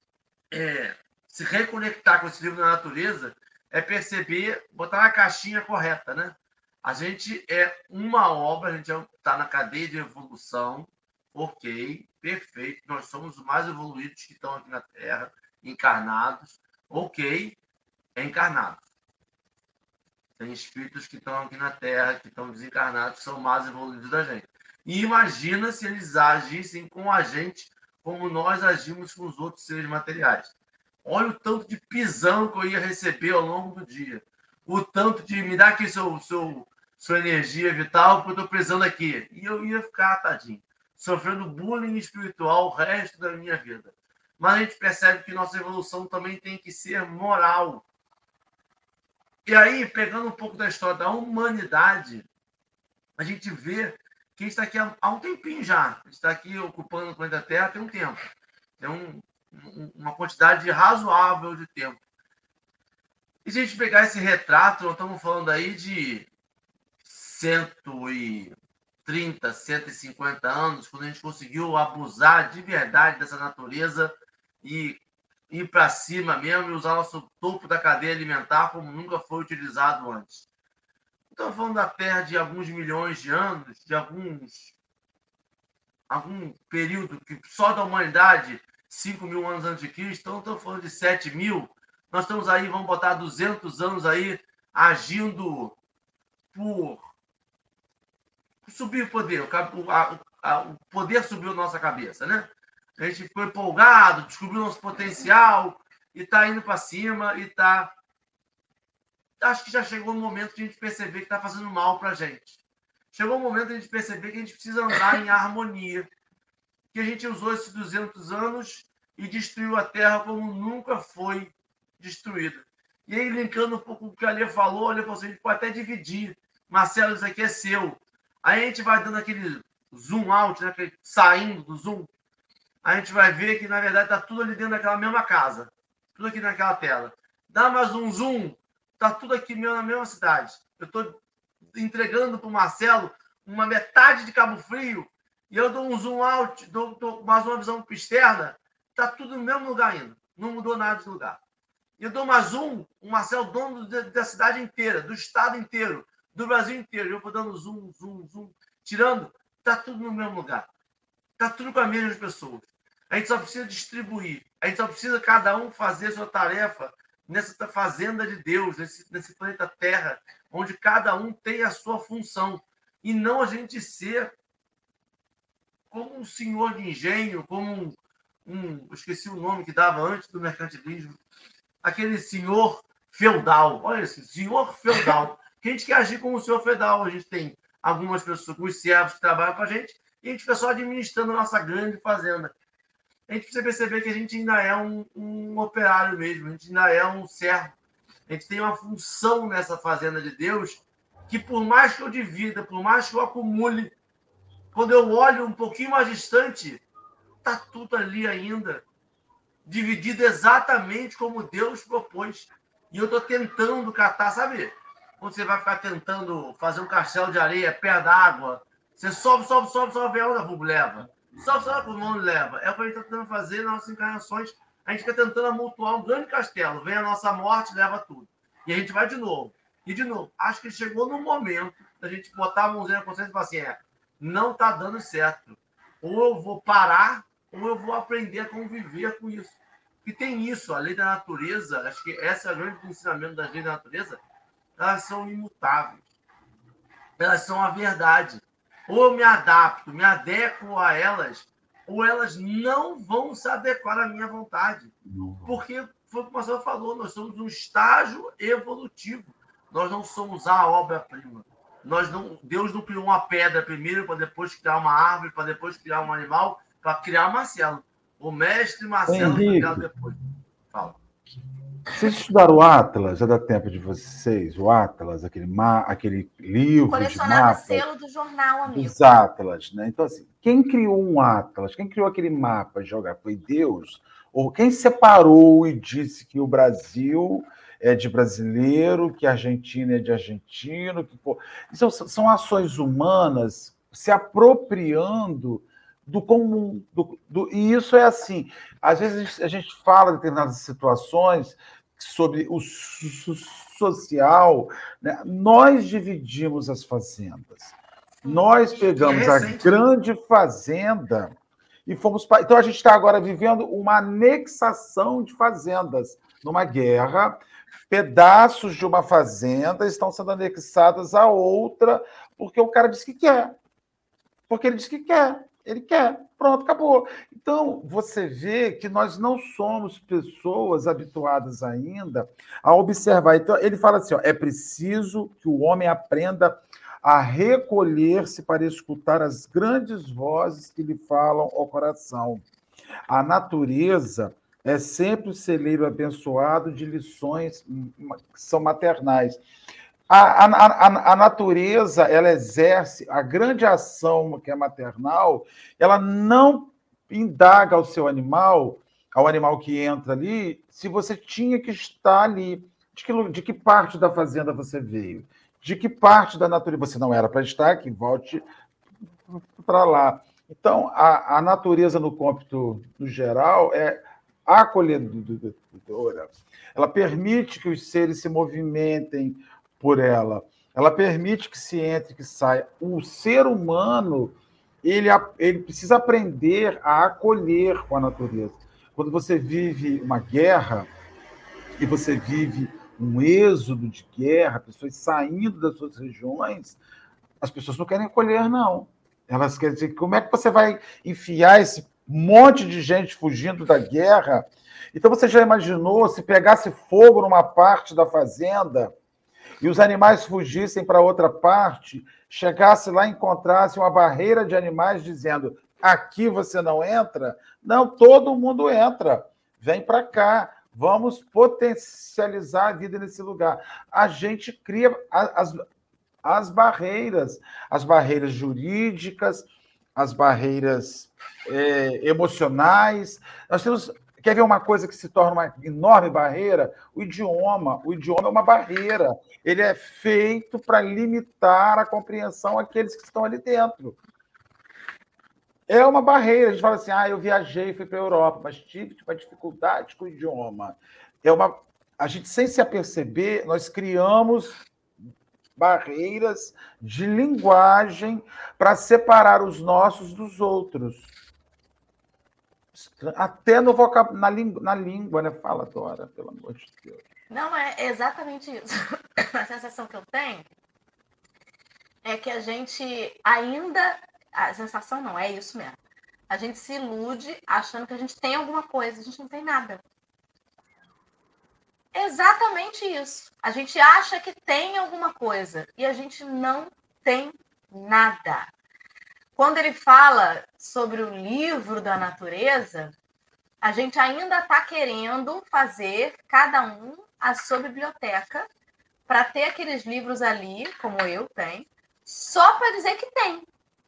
se reconectar com esse livro da natureza, é perceber, botar na caixinha correta, né? A gente é uma obra, a gente está na cadeia de evolução, ok, perfeito, nós somos os mais evoluídos que estão aqui na Terra, encarnados, ok, encarnados. Tem espíritos que estão aqui na Terra, que estão desencarnados, que são mais evoluídos da gente. E imagina se eles agissem com a gente como nós agimos com os outros seres materiais. Olha o tanto de pisão que eu ia receber ao longo do dia. O tanto de me dar aqui sua energia vital, porque eu estou precisando aqui. E eu ia ficar, tadinho, sofrendo bullying espiritual o resto da minha vida. Mas a gente percebe que nossa evolução também tem que ser moral. E aí, pegando um pouco da história da humanidade, a gente vê que a gente está aqui há um tempinho já. A gente está aqui ocupando o planeta Terra tem um tempo. Tem uma quantidade razoável de tempo. E se a gente pegar esse retrato, nós estamos falando aí de 130, 150 anos, quando a gente conseguiu abusar de verdade dessa natureza e ir para cima mesmo e usar nosso topo da cadeia alimentar como nunca foi utilizado antes. Estamos falando da Terra de alguns milhões de anos, de algum período que só da humanidade, 5.000 anos antes de Cristo, então estamos falando de 7.000. Nós estamos aí, vamos botar 200 anos aí, agindo por subir o poder. O poder subiu na nossa cabeça, né? A gente ficou empolgado, descobriu nosso potencial e está indo para cima e está... Acho que já chegou o momento de a gente perceber que está fazendo mal para a gente. Chegou o momento de a gente perceber que a gente precisa andar em harmonia. Que a gente usou esses 200 anos e destruiu a Terra como nunca foi destruída. E aí, linkando um pouco com o que a Alê falou, a gente pode até dividir. Marcelo, isso aqui é seu. Aí a gente vai dando aquele zoom out, né? Saindo do zoom. A gente vai ver que, na verdade, está tudo ali dentro daquela mesma casa. Tudo aqui naquela tela. Dá mais um zoom, está tudo aqui na mesma cidade. Eu estou entregando para o Marcelo uma metade de Cabo Frio e eu dou um zoom out, dou mais uma visão externa, está tudo no mesmo lugar ainda. Não mudou nada de lugar. E eu dou mais um, o Marcelo, dono da cidade inteira, do estado inteiro, do Brasil inteiro. Eu vou dando zoom, tirando, está tudo no mesmo lugar. Está tudo com as mesmas pessoas. A gente só precisa distribuir. A gente só precisa cada um fazer a sua tarefa nessa fazenda de Deus, nesse planeta Terra, onde cada um tem a sua função. E não a gente ser como um senhor de engenho, como esqueci o nome que dava antes do mercantilismo, aquele senhor feudal. Olha esse senhor feudal. Que a gente quer agir como o senhor feudal. A gente tem algumas pessoas, os servos que trabalham com a gente, e a gente fica só administrando a nossa grande fazenda. A gente precisa perceber que a gente ainda é um operário mesmo, a gente ainda é um servo. A gente tem uma função nessa fazenda de Deus que, por mais que eu divida, por mais que eu acumule, quando eu olho um pouquinho mais distante, está tudo ali ainda, dividido exatamente como Deus propôs. E eu estou tentando catar, sabe? Quando você vai ficar tentando fazer um castelo de areia, pé d'água, você sobe, vem a onda, leva. Sobe, o mundo leva. É o que a gente está tentando fazer nas nossas encarnações. A gente fica tentando amontoar um grande castelo. Vem a nossa morte, leva tudo. E a gente vai de novo. E de novo. Acho que chegou no momento da gente botar a mãozinha na consciência e falar assim, não está dando certo. Ou eu vou parar, ou eu vou aprender a conviver com isso. E tem isso, a lei da natureza, acho que esse é o grande ensinamento das leis da natureza, elas são imutáveis. Elas são a verdade. Ou eu me adapto, me adequo a elas, ou elas não vão se adequar à minha vontade. Porque, foi o que o Marcelo falou, nós somos um estágio evolutivo. Nós não somos a obra-prima. Deus não criou uma pedra primeiro, para depois criar uma árvore, para depois criar um animal, para criar Marcelo. O mestre Marcelo foi criado depois. Fala. Vocês estudaram o Atlas? Já dá tempo de vocês? O Atlas, aquele livro colecionava selo do jornal, amigo. Os Atlas, né? Então, assim, quem criou um Atlas? Quem criou aquele mapa de geografia? Foi Deus? Ou quem separou e disse que o Brasil é de brasileiro, que a Argentina é de argentino? São ações humanas se apropriando do comum. E isso é assim. Às vezes a gente fala de determinadas situações sobre o social, né? Nós dividimos as fazendas. Nós pegamos a grande fazenda e fomos para... Então, a gente está agora vivendo uma anexação de fazendas. Numa guerra, pedaços de uma fazenda estão sendo anexadas a outra porque o cara disse que quer. Porque ele disse que quer. Ele quer. Pronto, acabou. Então, você vê que nós não somos pessoas habituadas ainda a observar. Então, ele fala assim, é preciso que o homem aprenda a recolher-se para escutar as grandes vozes que lhe falam ao coração. A natureza é sempre o celeiro abençoado de lições que são maternais. A natureza, ela exerce a grande ação que é maternal, ela não indaga ao seu animal, ao animal que entra ali, se você tinha que estar ali, de que parte da fazenda você veio, de que parte da natureza você não era para estar, que volte para lá. Então, a natureza, no cômputo no geral, é acolhedora. Ela permite que os seres se movimentem por ela. Ela permite que se entre, que saia. O ser humano, ele precisa aprender a acolher com a natureza. Quando você vive uma guerra e você vive um êxodo de guerra, pessoas saindo das suas regiões, as pessoas não querem acolher, não. Elas querem dizer, como é que você vai enfiar esse monte de gente fugindo da guerra? Então, você já imaginou se pegasse fogo numa parte da fazenda e os animais fugissem para outra parte, chegasse lá e encontrasse uma barreira de animais dizendo, aqui você não entra? Não, todo mundo entra. Vem para cá. Vamos potencializar a vida nesse lugar. A gente cria as barreiras jurídicas, as barreiras emocionais. Nós temos. Quer ver uma coisa que se torna uma enorme barreira? O idioma. O idioma é uma barreira. Ele é feito para limitar a compreensão àqueles que estão ali dentro. É uma barreira. A gente fala assim, eu viajei, fui para a Europa, mas tive uma dificuldade com o idioma. A gente, sem se aperceber, nós criamos barreiras de linguagem para separar os nossos dos outros. Até no na língua, né? Fala, Dora, pelo amor de Deus. Não, é exatamente isso. A sensação que eu tenho é que a gente ainda... A sensação não, é isso mesmo. A gente se ilude achando que a gente tem alguma coisa, a gente não tem nada. Exatamente isso. A gente acha que tem alguma coisa e a gente não tem nada. Quando ele fala sobre o livro da natureza, a gente ainda está querendo fazer cada um a sua biblioteca para ter aqueles livros ali, como eu tenho, só para dizer que tem.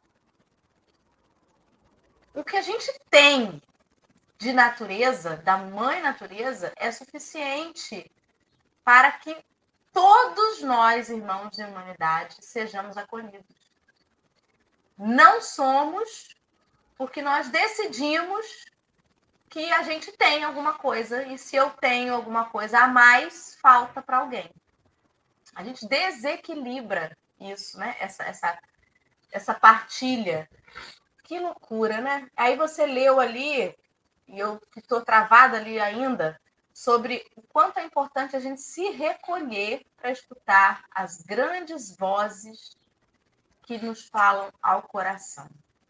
O que a gente tem de natureza, da mãe natureza, é suficiente para que todos nós, irmãos de humanidade, sejamos acolhidos. Não somos porque nós decidimos que a gente tem alguma coisa, e se eu tenho alguma coisa a mais, falta para alguém. A gente desequilibra isso, né? Essa partilha. Que loucura, né? Aí você leu ali, e eu estou travada ali ainda, sobre o quanto é importante a gente se recolher para escutar as grandes vozes que nos falam ao coração.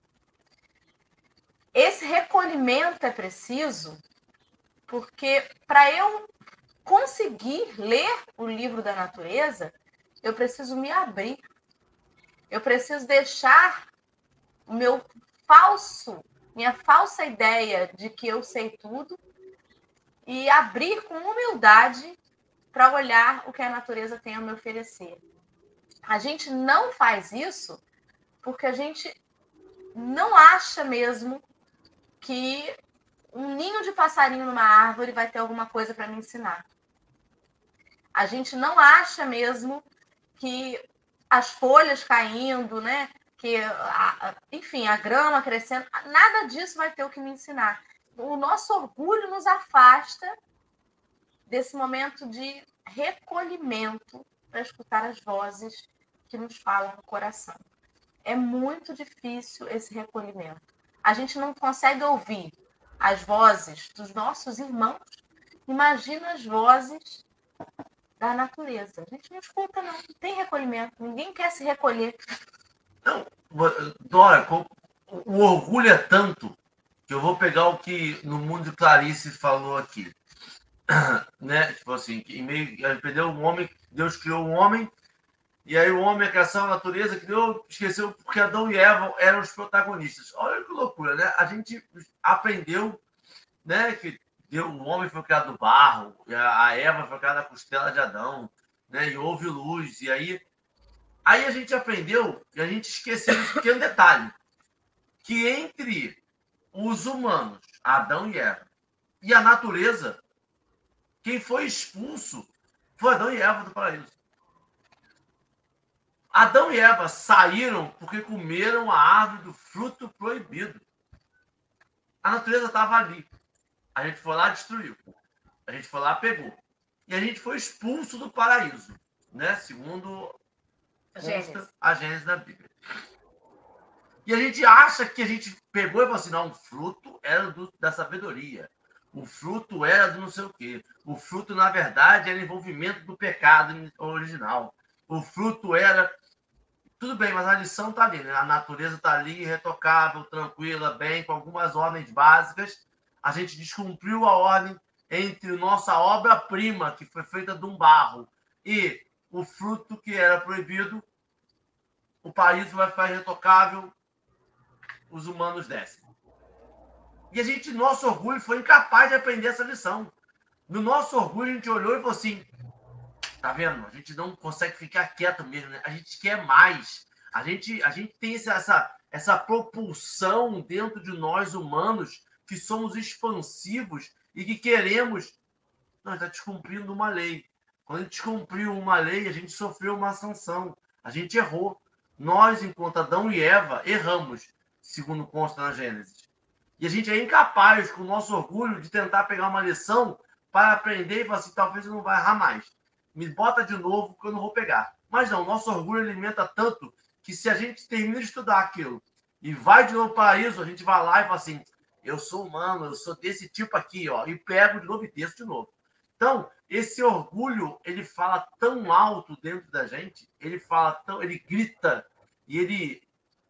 Esse recolhimento é preciso porque para eu conseguir ler o livro da natureza, eu preciso me abrir. Eu preciso deixar o minha falsa ideia de que eu sei tudo e abrir com humildade para olhar o que a natureza tem a me oferecer. A gente não faz isso porque a gente não acha mesmo que um ninho de passarinho numa árvore vai ter alguma coisa para me ensinar. A gente não acha mesmo que as folhas caindo, né? Que, enfim, a grama crescendo, nada disso vai ter o que me ensinar. O nosso orgulho nos afasta desse momento de recolhimento para escutar as vozes que nos falam no coração. É muito difícil esse recolhimento. A gente não consegue ouvir as vozes dos nossos irmãos. Imagina as vozes da natureza. A gente não escuta, não tem recolhimento. Ninguém quer se recolher. Não, Dora, o orgulho é tanto que eu vou pegar o que no mundo de Clarice falou aqui. Né? Tipo assim, que em meio perdeu um homem, Deus criou um homem, e aí o homem, a criação, a natureza, criou, esqueceu porque Adão e Eva eram os protagonistas. Olha que loucura, né? A gente aprendeu, né, que o homem foi criado do barro, e a Eva foi criada da costela de Adão, né? E houve luz, e aí a gente aprendeu e a gente esqueceu esse pequeno detalhe, que entre os humanos, Adão e Eva, e a natureza, quem foi expulso foi Adão e Eva do paraíso. Adão e Eva saíram porque comeram a árvore do fruto proibido. A natureza estava ali. A gente foi lá e destruiu. A gente foi lá e pegou. E a gente foi expulso do paraíso, né? Segundo a Gênesis da Bíblia. E a gente acha que a gente pegou e falou assim, não, o fruto era da sabedoria. O fruto era do não sei o quê. O fruto, na verdade, era envolvimento do pecado original. O fruto era... Tudo bem, mas a lição está ali, né? A natureza está ali, irretocável, tranquila, bem, com algumas ordens básicas. A gente descumpriu a ordem entre nossa obra-prima, que foi feita de um barro, e o fruto que era proibido. O paraíso vai ficar irretocável, os humanos descem. E nosso orgulho foi incapaz de aprender essa lição. No nosso orgulho, a gente olhou e falou assim, tá vendo? A gente não consegue ficar quieto mesmo, né? A gente quer mais. A gente tem essa propulsão dentro de nós humanos que somos expansivos e que queremos... Não, está descumprindo uma lei. Quando a gente descumpriu uma lei, a gente sofreu uma sanção. A gente errou. Nós, enquanto Adão e Eva, erramos, segundo consta na Gênesis. E a gente é incapaz, com o nosso orgulho, de tentar pegar uma lição para aprender e falar assim, talvez eu não vá errar mais. Me bota de novo, porque eu não vou pegar. Mas não, o nosso orgulho alimenta tanto que se a gente termina de estudar aquilo e vai de novo para isso, a gente vai lá e fala assim, eu sou humano, eu sou desse tipo aqui, ó, e pego de novo e desço de novo. Então, esse orgulho, ele fala tão alto dentro da gente, ele grita e ele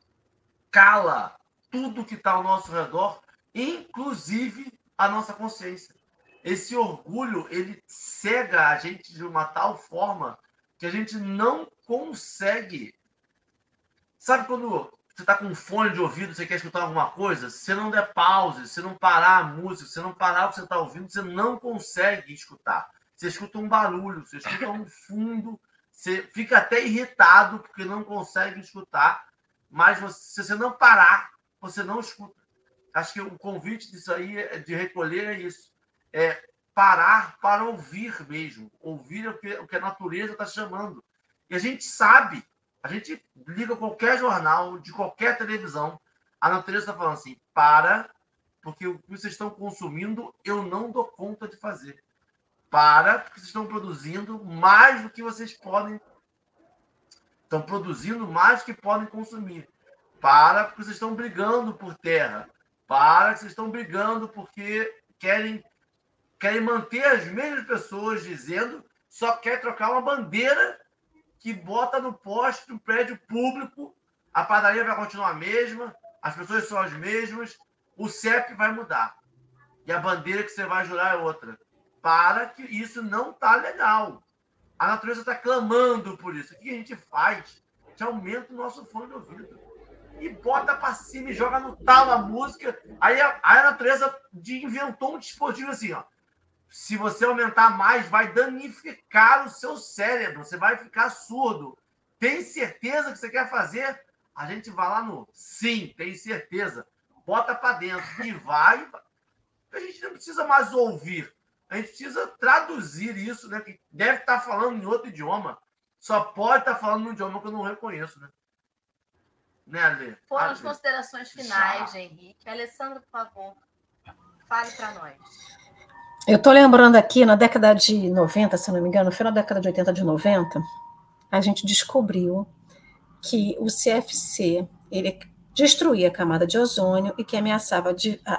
cala tudo que está ao nosso redor, inclusive a nossa consciência. Esse orgulho, ele cega a gente de uma tal forma que a gente não consegue. Sabe quando você está com um fone de ouvido, você quer escutar alguma coisa? Se você não der pause, se não parar a música, se não parar o que você está ouvindo, você não consegue escutar. Você escuta um barulho, você escuta um fundo, você fica até irritado porque não consegue escutar, mas se você não parar, você não escuta. Acho que o convite disso aí, de recolher, é isso. É parar para ouvir mesmo. Ouvir o que a natureza está chamando. E a gente sabe, a gente liga qualquer jornal, de qualquer televisão, a natureza está falando assim, para, porque o que vocês estão consumindo, eu não dou conta de fazer. Para, porque vocês estão produzindo mais do que vocês podem. Estão produzindo mais do que podem consumir. Para, porque vocês estão brigando por terra. Para, que vocês estão brigando porque querem manter as mesmas pessoas dizendo só quer trocar uma bandeira que bota no poste de um prédio público, a padaria vai continuar a mesma, as pessoas são as mesmas, o CEP vai mudar. E a bandeira que você vai jurar é outra. Para, que isso não está legal. A natureza está clamando por isso. O que a gente faz? A gente aumenta o nosso fone de ouvido. E bota para cima e joga no talo a música. Aí a natureza inventou um dispositivo assim, ó. Se você aumentar mais, vai danificar o seu cérebro. Você vai ficar surdo. Tem certeza que você quer fazer? A gente vai lá no sim, tem certeza. Bota para dentro e vai. A gente não precisa mais ouvir. A gente precisa traduzir isso, né? Que deve estar falando em outro idioma. Só pode estar falando num idioma que eu não reconheço, né? Né, Ale? Foram as considerações finais, Henrique. Alessandro, por favor, fale para nós. Eu estou lembrando aqui, na década de 90, se não me engano, no final da década de 80, de 90, a gente descobriu que o CFC ele destruía a camada de ozônio e que ameaçava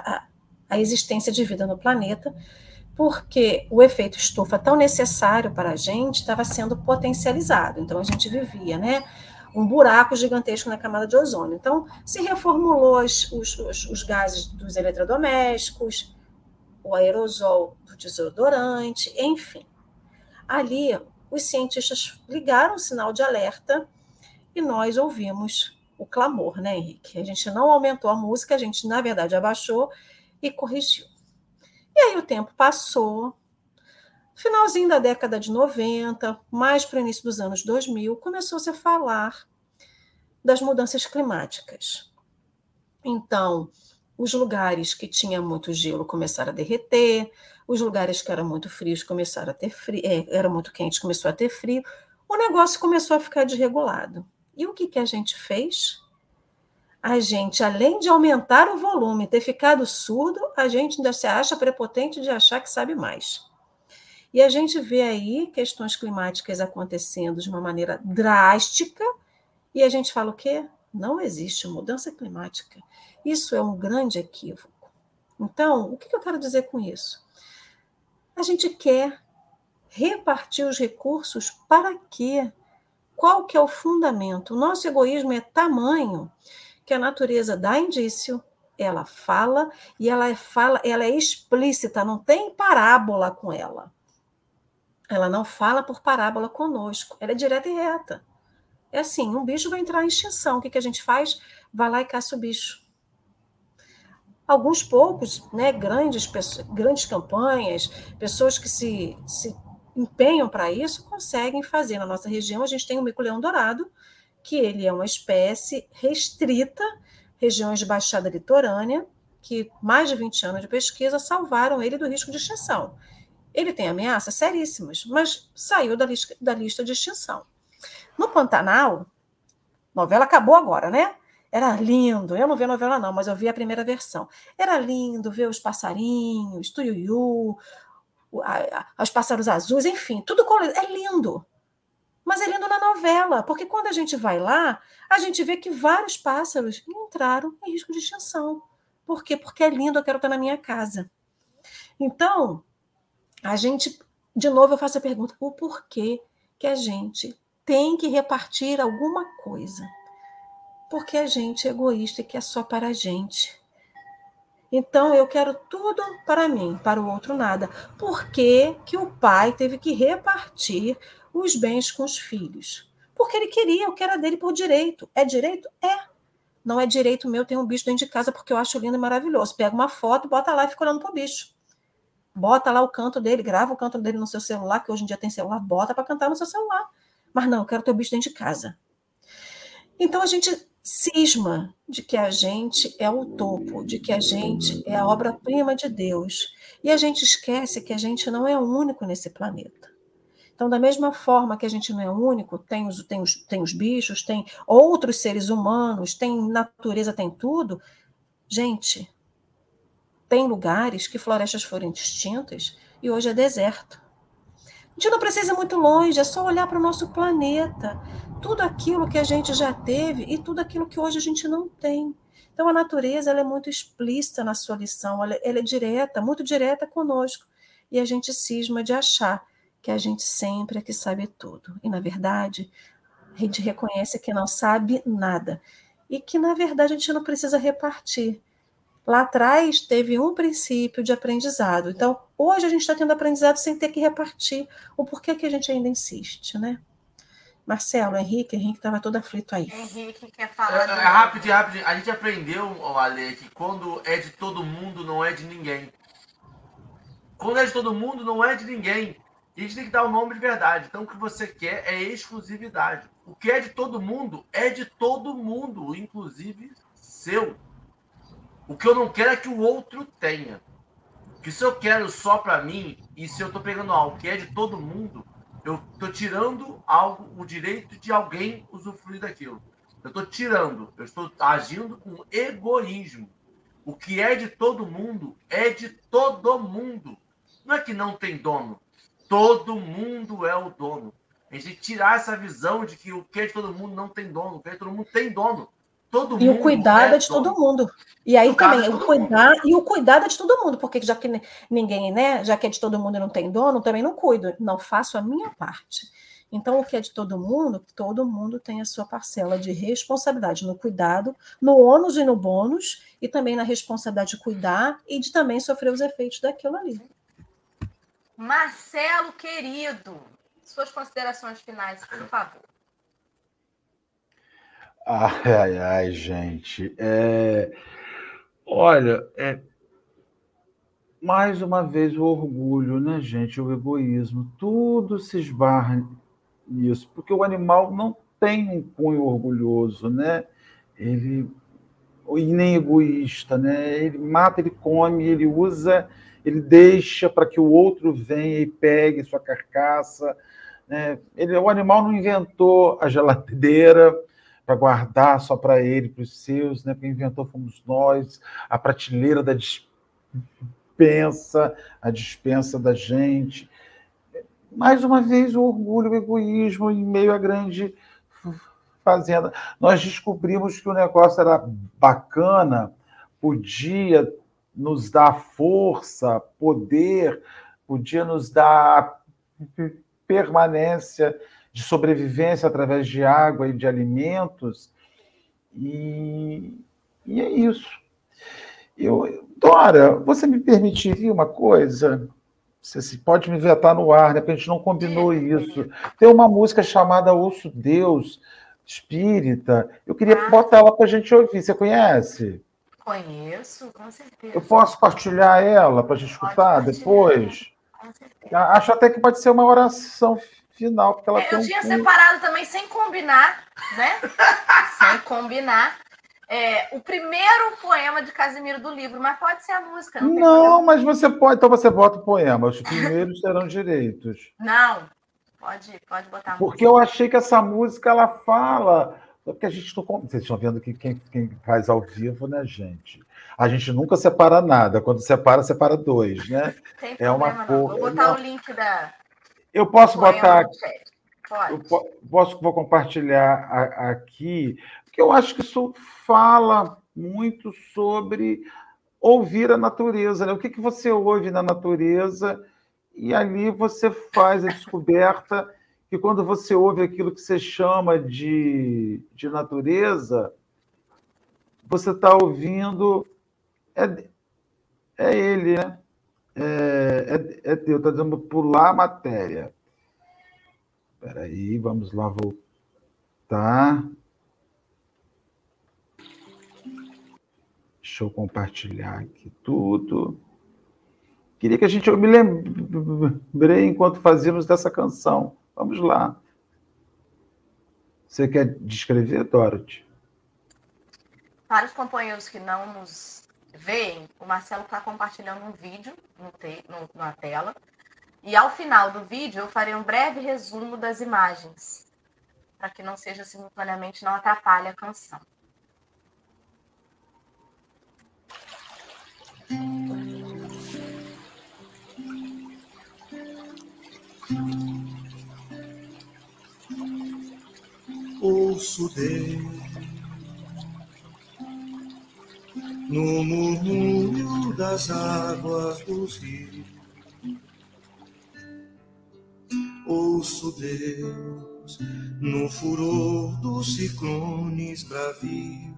a existência de vida no planeta, porque o efeito estufa tão necessário para a gente estava sendo potencializado. Então, a gente vivia, né, um buraco gigantesco na camada de ozônio. Então, se reformulou os gases dos eletrodomésticos, o aerosol do desodorante, enfim. Ali, os cientistas ligaram o sinal de alerta e nós ouvimos o clamor, né, Henrique? A gente não aumentou a música, a gente, na verdade, abaixou e corrigiu. E aí o tempo passou, finalzinho da década de 90, mais para o início dos anos 2000, começou-se a falar das mudanças climáticas. Então, os lugares que tinham muito gelo começaram a derreter, os lugares que eram muito frios começaram a ter frio, eram muito quentes, começou a ter frio, o negócio começou a ficar desregulado. E o que a gente fez? A gente, além de aumentar o volume, ter ficado surdo, a gente ainda se acha prepotente de achar que sabe mais. E a gente vê aí questões climáticas acontecendo de uma maneira drástica, e a gente fala o quê? Não existe mudança climática. Isso é um grande equívoco. Então, o que eu quero dizer com isso? A gente quer repartir os recursos para quê? Qual que é o fundamento? O nosso egoísmo é tamanho que a natureza dá indício, ela fala, e ela é explícita, não tem parábola com ela. Ela não fala por parábola conosco, ela é direta e reta. É assim, um bicho vai entrar em extinção, o que a gente faz? Vai lá e caça o bicho. alguns poucos, né, grandes campanhas, pessoas que se empenham para isso, conseguem fazer. Na nossa região, a gente tem o mico-leão dourado, que ele é uma espécie restrita, regiões de baixada litorânea, que mais de 20 anos de pesquisa salvaram ele do risco de extinção. Ele tem ameaças seríssimas, mas saiu da lista de extinção. No Pantanal, novela acabou agora, né? Era lindo. Eu não vi a novela, não, mas eu vi a primeira versão. Era lindo ver os passarinhos, tuiuiu, os pássaros azuis, enfim, tudo colorido. É lindo. Mas é lindo na novela, porque quando a gente vai lá, a gente vê que vários pássaros entraram em risco de extinção. Por quê? Porque é lindo, eu quero estar na minha casa. Então, a gente, de novo, eu faço a pergunta: o porquê que a gente tem que repartir alguma coisa? Porque a gente é egoísta e quer só para a gente. Então, eu quero tudo para mim, para o outro nada. Por que que o pai teve que repartir os bens com os filhos? Porque ele queria o que era dele por direito. É direito? É. Não é direito meu ter um bicho dentro de casa porque eu acho lindo e maravilhoso. Pega uma foto, bota lá e fica olhando pro bicho. Bota lá o canto dele, grava o canto dele no seu celular, que hoje em dia tem celular, bota para cantar no seu celular. Mas não, eu quero ter o bicho dentro de casa. Então a gente cisma de que a gente é o topo, de que a gente é a obra-prima de Deus. E a gente esquece que a gente não é único nesse planeta. Então, da mesma forma que a gente não é único, tem os bichos, tem outros seres humanos, tem natureza, tem tudo. Gente, tem lugares que florestas foram extintas e hoje é deserto. A gente não precisa ir muito longe, é só olhar para o nosso planeta. Tudo aquilo que a gente já teve e tudo aquilo que hoje a gente não tem. Então, a natureza ela é muito explícita na sua lição, ela é direta, muito direta conosco. E a gente cisma de achar que a gente sempre é que sabe tudo. E, na verdade, a gente reconhece que não sabe nada. E que, na verdade, a gente não precisa repartir. Lá atrás teve um princípio de aprendizado. Então, hoje a gente está tendo aprendizado sem ter que repartir. O porquê que a gente ainda insiste, né? Marcelo, Henrique estava todo aflito aí. Henrique quer falar. Rapidinho. A gente aprendeu, Ale, que quando é de todo mundo, não é de ninguém. Quando é de todo mundo, não é de ninguém. E a gente tem que dar o nome de verdade. Então, o que você quer é exclusividade. O que é de todo mundo, inclusive seu. O que eu não quero é que o outro tenha. Que se eu quero só para mim, e se eu estou pegando algo que é de todo mundo, eu estou tirando o direito de alguém usufruir daquilo. Eu estou agindo com egoísmo. O que é de todo mundo é de todo mundo. Não é que não tem dono. Todo mundo é o dono. A gente tem que tirar essa visão de que o que é de todo mundo não tem dono. O que é de todo mundo tem dono. E o cuidado é de todo mundo. E aí também, o cuidado é de todo mundo, porque já que ninguém, né, já que é de todo mundo e não tem dono, também não cuido, não faço a minha parte. Então, o que é de todo mundo tem a sua parcela de responsabilidade no cuidado, no ônus e no bônus, e também na responsabilidade de cuidar e de também sofrer os efeitos daquilo ali. Marcelo, querido, suas considerações finais, por favor. Ai, gente. Olha, mais uma vez o orgulho, né, gente? O egoísmo. Tudo se esbarra nisso, porque o animal não tem um cunho orgulhoso, né? E nem egoísta, né? Ele mata, ele come, ele usa, ele deixa para que o outro venha e pegue sua carcaça, né? O animal não inventou a geladeira para guardar só para ele, para os seus, né? Quem inventou fomos nós, a prateleira da dispensa, a dispensa da gente. Mais uma vez, o orgulho, o egoísmo em meio à grande fazenda. Nós descobrimos que o negócio era bacana, podia nos dar força, poder, podia nos dar permanência de sobrevivência através de água e de alimentos. E é isso. Dora, você me permitiria uma coisa? Você pode me vetar no ar, né? Porque a gente não combinou isso. Tem uma música chamada Ouço Deus, espírita. Eu queria botar ela para a gente ouvir. Você conhece? Conheço, com certeza. Eu posso partilhar ela para a gente escutar depois? Com certeza. Acho até que pode ser uma oração final, porque ela tem Eu tinha separado também sem combinar, né? Sem combinar. O primeiro poema de Casimiro do livro, mas pode ser a música. Não, mas você pode. Então você bota o poema. Os primeiros terão direitos. Não, pode botar a Porque música. eu achei que essa música ela fala. Porque a gente não. Vocês estão vendo que quem faz ao vivo, né, gente? A gente nunca separa nada. Quando separa, separa dois, né? Tem problema, não. Vou botar o link da. Eu posso botar. Pode. Vou compartilhar aqui, porque eu acho que isso fala muito sobre ouvir a natureza, né? O que você ouve na natureza, e ali você faz a descoberta que quando você ouve aquilo que você chama de natureza, você está ouvindo, é ele, né? É Deus, está dizendo pular a matéria. Espera aí, vamos lá voltar. Deixa eu compartilhar aqui tudo. Queria que eu me lembrei enquanto fazíamos dessa canção. Vamos lá. Você quer descrever, Dorothy? Para os companheiros que não nos veem, o Marcelo está compartilhando um vídeo na tela. E ao final do vídeo eu farei um breve resumo das imagens, para que não seja simultaneamente, não atrapalhe a canção. Ouço Deus no murmúrio das águas dos rios. Ouço Deus no furor dos ciclones bravios.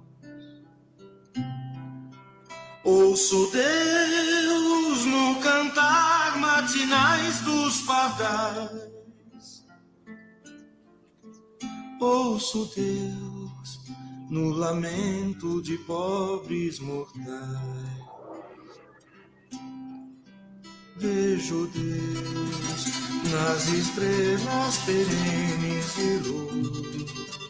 Ouço Deus no cantar matinais dos pardais. Ouço Deus no lamento de pobres mortais. Vejo Deus nas estrelas perenes de luz.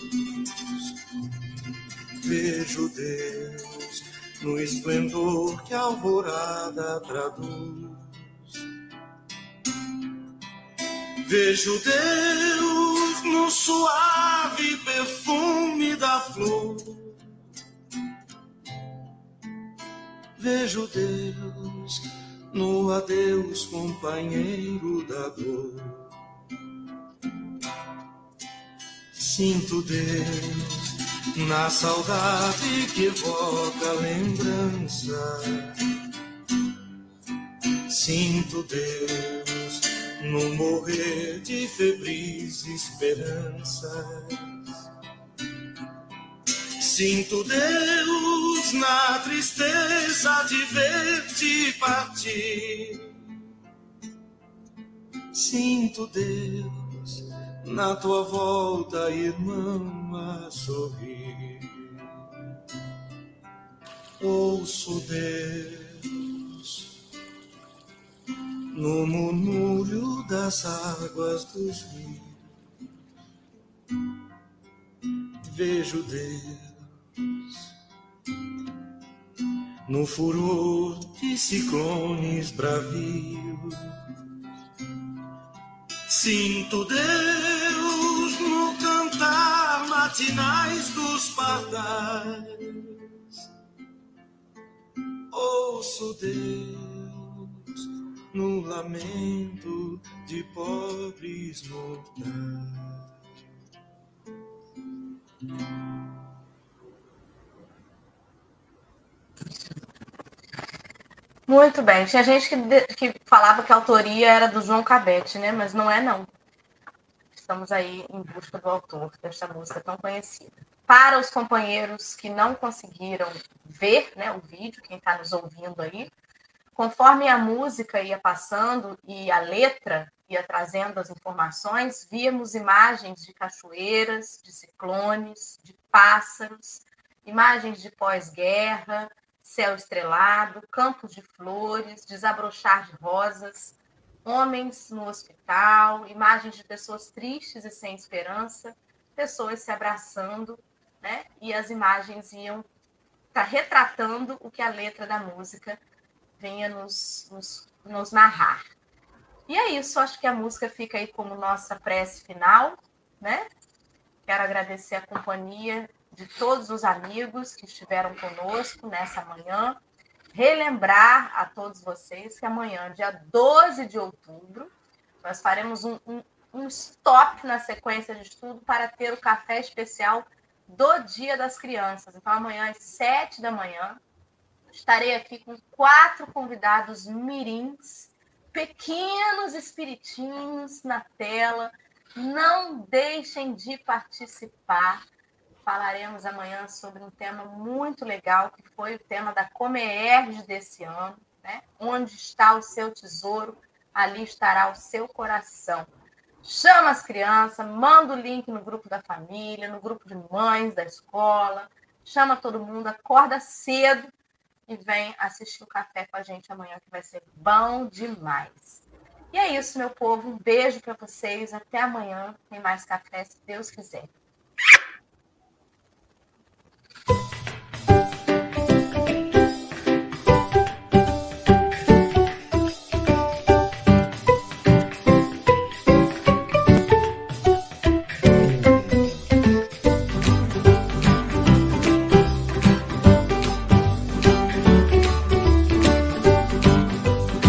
Vejo Deus no esplendor que a alvorada traduz. Vejo Deus no suave perfume da flor. Vejo Deus no adeus, companheiro da dor. Sinto Deus na saudade que evoca a lembrança. Sinto Deus no morrer de febris esperanças. Sinto Deus na tristeza de ver-te partir. Sinto Deus na tua volta, irmã, a sorrir. Ouço Deus no murmúrio das águas dos rios. Vejo Deus no furor de ciclones bravios. Sinto Deus no cantar matinais dos pardais. Ouço Deus no lamento de pobres mortais. Muito bem. Tinha gente que falava que a autoria era do João Cabete, né? Mas não é, não. Estamos aí em busca do autor desta música tão conhecida. Para os companheiros que não conseguiram ver, né, o vídeo, quem está nos ouvindo aí, conforme a música ia passando e a letra ia trazendo as informações, víamos imagens de cachoeiras, de ciclones, de pássaros, imagens de pós-guerra, céu estrelado, campos de flores, desabrochar de rosas, homens no hospital, imagens de pessoas tristes e sem esperança, pessoas se abraçando, né? E as imagens iam estar retratando o que a letra da música venha nos narrar. E é isso, acho que a música fica aí como nossa prece final, né? Quero agradecer a companhia de todos os amigos que estiveram conosco nessa manhã. Relembrar a todos vocês que amanhã, dia 12 de outubro, nós faremos um stop na sequência de estudo para ter o café especial do Dia das Crianças. Então, amanhã, às 7 da manhã, estarei aqui com 4 convidados mirins, pequenos espiritinhos na tela. Não deixem de participar. Falaremos amanhã sobre um tema muito legal, que foi o tema da Comerge desse ano, né? Onde está o seu tesouro, ali estará o seu coração. Chama as crianças, manda o link no grupo da família, no grupo de mães da escola, chama todo mundo, acorda cedo e vem assistir o café com a gente amanhã, que vai ser bom demais. E é isso, meu povo. Um beijo para vocês. Até amanhã. Tem mais café, se Deus quiser.